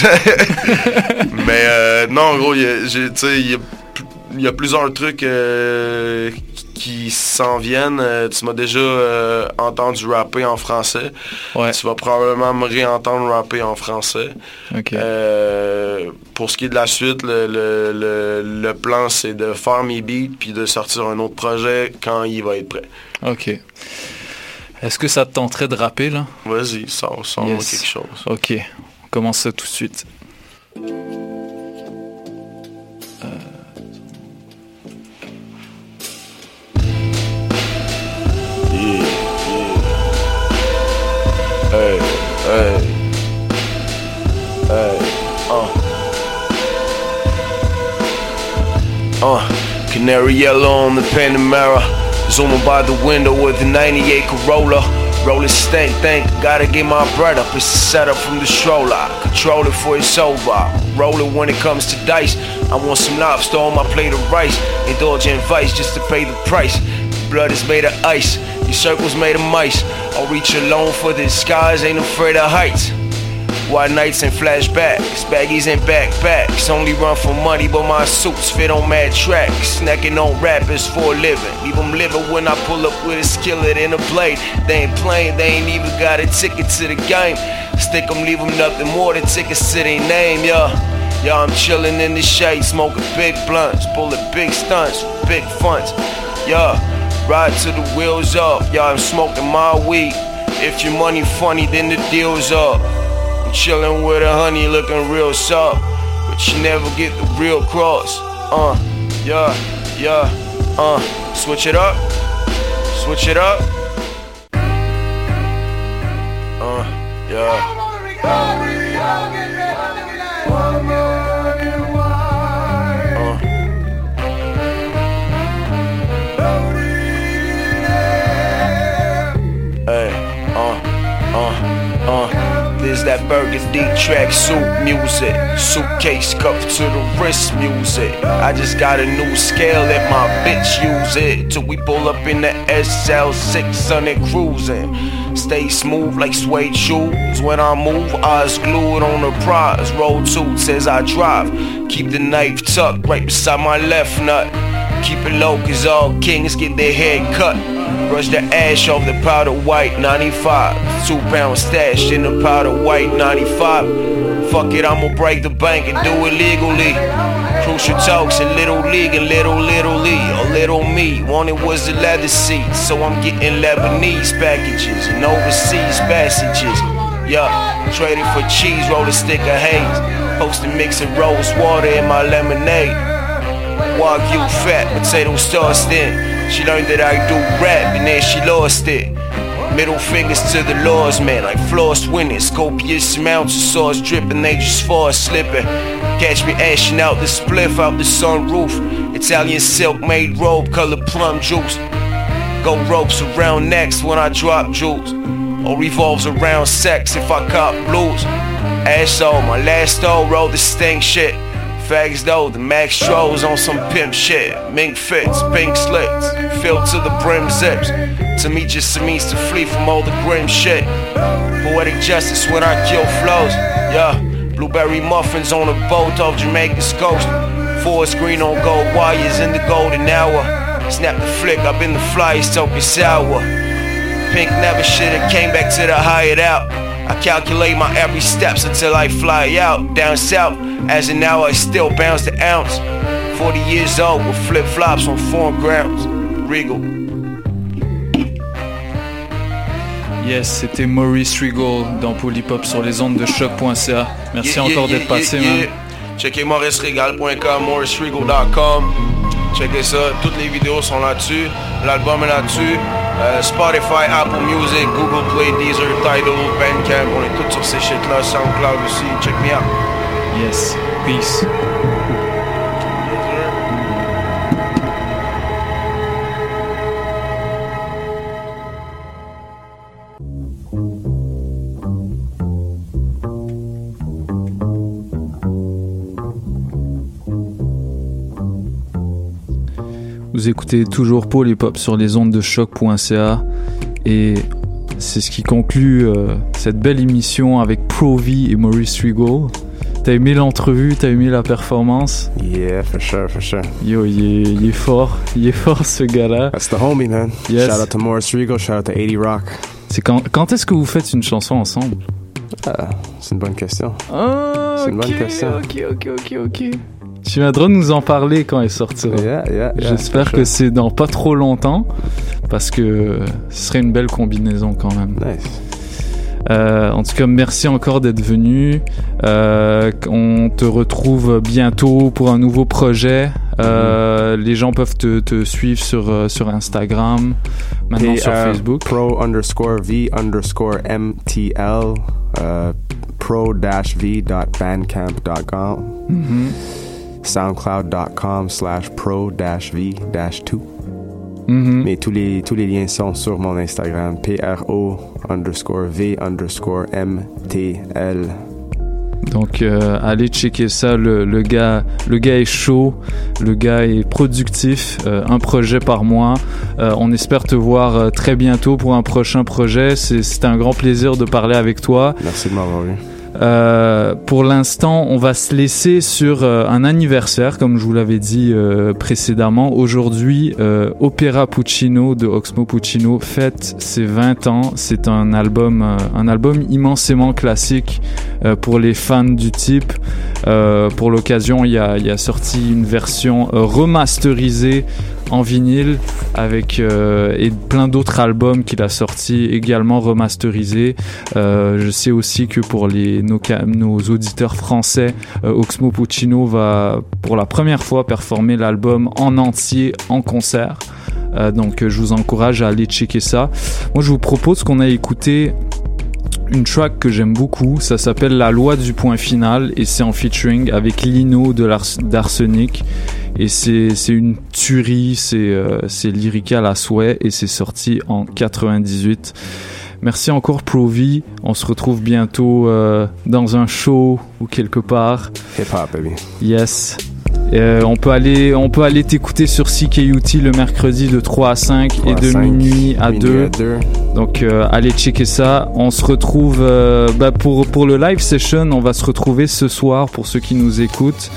Mais non, gros, il y a plusieurs trucs qui s'en viennent. Tu m'as déjà entendu rapper en français. Ouais. Tu vas probablement me réentendre rapper en français. Okay. Pour ce qui est de la suite, le plan, c'est de faire mes beats puis de sortir un autre projet quand il va être prêt. OK. Est-ce que ça te tenterait de rapper, là? Vas-y, sors-moi quelque chose. OK. On commence ça tout de suite. Canary yellow on the Panamera, zooming by the window with the 98 Corolla. Roll stank, gotta get my bread up. It's a setup from the stroller. Control it for it's over. Roll it when it comes to dice. I want some lobster on my plate of rice. Indulge in vice just to pay the price. Blood is made of ice. Your circle's made of mice. I'll reach alone for the skies. Ain't afraid of heights. White nights and flashbacks, baggies and backpacks. Only run for money, but my suits fit on mad tracks. Snacking on rappers for a living. Leave them living when I pull up with a skillet and a blade. They ain't playing, they ain't even got a ticket to the game. Stick them, leave them nothing more than tickets to their name, yeah. Yeah, I'm chillin' in the shade, smoking big blunts, pulling big stunts, big funds, yeah. Ride till the wheels up, yeah, I'm smoking my weed. If your money funny, then the deal's up. I'm chillin' with a honey looking real soft, but you never get the real cross. Switch it up, switch it up. There's that burgundy track suit music, suitcase cuffed to the wrist music. I just got a new scale, let my bitch use it till we pull up in the SL 600 cruising. Stay smooth like suede shoes when I move, eyes glued on the prize. Roll toots as I drive, keep the knife tucked right beside my left nut. Keep it low cause all kings get their head cut. Brush the ash off the powder white 95. 2 pounds stashed in the powder white 95. Fuck it, I'ma break the bank and do it legally. Crucial talks in Little League and Little League. A little me, wanted was the leather seat. So I'm getting Lebanese packages and overseas passages. Yeah, traded for cheese, roll a stick of haze. Posted mixing rose water in my lemonade. Wagyu fat, potato sauce in. She learned that I do rap and then she lost it. Middle fingers to the laws, man, like floss winning. Copious amounts of sauce dripping, they just fall slipping. Catch me ashing out the spliff out the sunroof. Italian silk made robe, color plum juice. Go ropes around necks when I drop jewels. Or revolves around sex if I cop blues. Asshole, my last though, roll the stink shit. Fags though, the Max Strolls on some pimp shit. Mink fits, pink slits, filled to the brim zips. To me just means to flee from all the grim shit. Poetic justice when I kill flows, yeah. Blueberry muffins on a boat off Jamaica's coast. Forest green on gold wires in the golden hour. Snap the flick, I've been the flyest token sour. Pink never should've came back to the hideout. I calculate my every steps until I fly out. Down south, as in now I still bounce the ounce. 40 years old with flip-flops on foreign grounds. Regal. Yes, c'était Maurice Regal dans Polypop sur les ondes de choc.ca. Merci encore d'être passé, man. Checkez mauriceregal.com, mauriceregal.com. Checkez ça, toutes les vidéos sont là-dessus. L'album est là-dessus. Spotify, Apple Music, Google Play, Deezer, Tidal, Bandcamp. On est tous sur ces shit-là. SoundCloud aussi. Check me out. Yes. Peace. Vous écoutez toujours Polypop sur les ondes de choc.ca et c'est ce qui conclut cette belle émission avec Pro-V et Maurice Regal. T'as aimé l'entrevue, t'as aimé la performance? Yeah, for sure. Yo, il est fort ce gars-là. That's the homie, man. Yes. Shout out to Maurice Regal, shout out to 80 Rock. C'est quand est-ce que vous faites une chanson ensemble? C'est une bonne question. C'est une bonne question. Ok. Tu viendras nous en parler quand elle sortira. Yeah, j'espère que c'est dans pas trop longtemps parce que ce serait une belle combinaison quand même. Nice. En tout cas, merci encore d'être venu. On te retrouve bientôt pour un nouveau projet. Les gens peuvent te suivre sur Instagram, maintenant sur Facebook. Pro_V_MTL pro-v.bandcamp.com soundcloud.com/pro-v-2. Mais tous les liens sont sur mon Instagram, PRO_V_MTL. _V_MTL. Donc allez checker ça, le gars est chaud, le gars est productif, un projet par mois. On espère te voir très bientôt pour un prochain projet. C'est un grand plaisir de parler avec toi. Merci de m'avoir eu. Pour l'instant, on va se laisser sur un anniversaire, comme je vous l'avais dit précédemment. Aujourd'hui, Opera Puccino de Oxmo Puccino fête ses 20 ans. C'est un album immensément classique pour les fans du type. Pour l'occasion, il a sorti une version remasterisée en vinyle avec et plein d'autres albums qu'il a sortis également remasterisés. Je sais aussi que pour nos auditeurs français, Oxmo Puccino va pour la première fois performer l'album en entier en concert. Donc je vous encourage à aller checker ça. Moi je vous propose qu'on aille écouter une track que j'aime beaucoup, ça s'appelle La Loi du Point Final et c'est en featuring avec Lino d'Arsenic et c'est une tuerie, c'est lyrical à souhait et c'est sorti en 98. Merci encore Pro-V, on se retrouve bientôt dans un show ou quelque part. Hip hop baby. Yes. On peut aller t'écouter sur CKUT le mercredi de 3 à 5 et de minuit à 2. Donc allez checker ça. On se retrouve pour le live session, on va se retrouver ce soir pour ceux qui nous écoutent.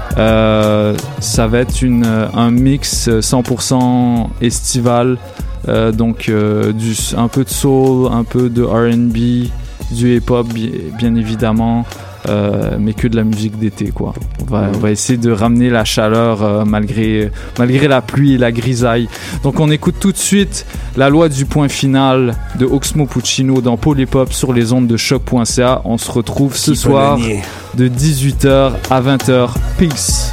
Ça va être un mix 100% estival. Donc un peu de soul, un peu de R&B, du hip-hop bien évidemment. Mais que de la musique d'été quoi. On va essayer de ramener la chaleur malgré la pluie et la grisaille. Donc on écoute tout de suite La Loi du Point Final de Oxmo Puccino dans Pôle Hip Hop sur les ondes de choc.ca. On se retrouve ce soir de 18h à 20h. Peace.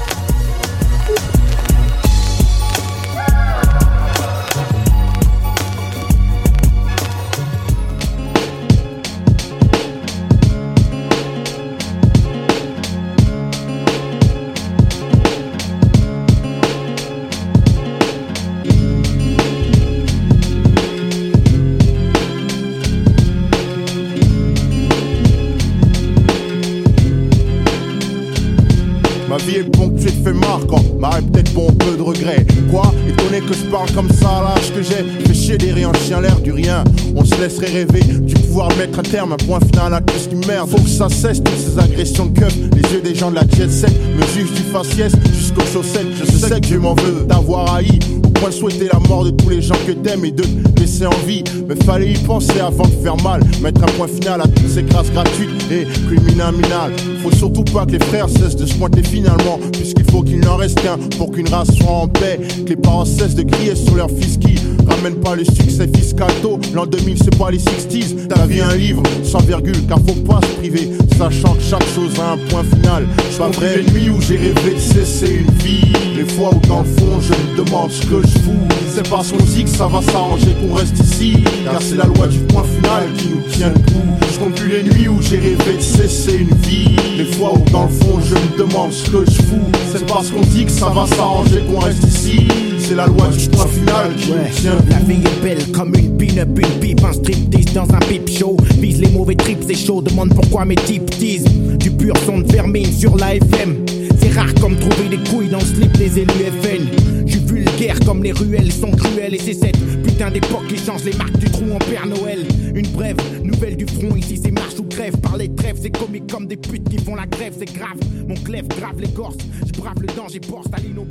Que je parle comme ça à l'âge que j'ai, fait chier des rires, chien l'air du rien. On se laisserait rêver du pouvoir mettre un terme, un point final à tout ce qui merde. Faut que ça cesse toutes ces agressions de keuf. Les yeux des gens de la jet set me jugent du faciès jusqu'aux chaussettes. Je sais que je m'en veux d'avoir haï au point de souhaiter la mort de tous les gens que t'aimes et de te laisser en vie. Mais fallait y penser avant de faire mal, mettre un point final à toutes ces grâces gratuites et criminales. Faut surtout pas que les frères cessent de se pointer finalement, puisqu'il faut qu'il n'en reste qu'un pour qu'une race soit en paix. Que les parents cessent de crier sur leur fils qui ramène pas le succès fiscal tôt. L'an 2000 c'est pas les 60s. Ta vie un livre sans virgule, car faut pas se priver, sachant que chaque chose a un point final. Je pas vrai une nuit où j'ai rêvé de cesser une vie. Les fois où dans le fond je me demande ce que je fous. C'est parce qu'on dit que ça va s'arranger qu'on reste ici, car c'est la loi du point final qui nous tient le coup. Je compte plus les nuits où j'ai rêvé de cesser une vie. Les fois où dans le fond je me demande ce que je fous. C'est parce qu'on dit que ça va s'arranger qu'on reste ici. C'est la loi du point final qui nous tient le coup. La vie est belle comme une pin-up, une pipe, un striptease dans un pipe show. Vise les mauvais trips, c'est chaud, demande pourquoi mes types disent du pur son de vermine sur la FM. C'est rare comme trouver des couilles dans le slip des élus FN. J'suis vulgaire comme les ruelles sont cruelles. Et c'est cette putain d'époque qui change les marques du trou en Père Noël. Une brève nouvelle du front, ici c'est marche ou crève. Par les trêves, c'est comique comme des putes qui font la grève. C'est grave, mon clef grave l'écorce. J'brave le danger, porte à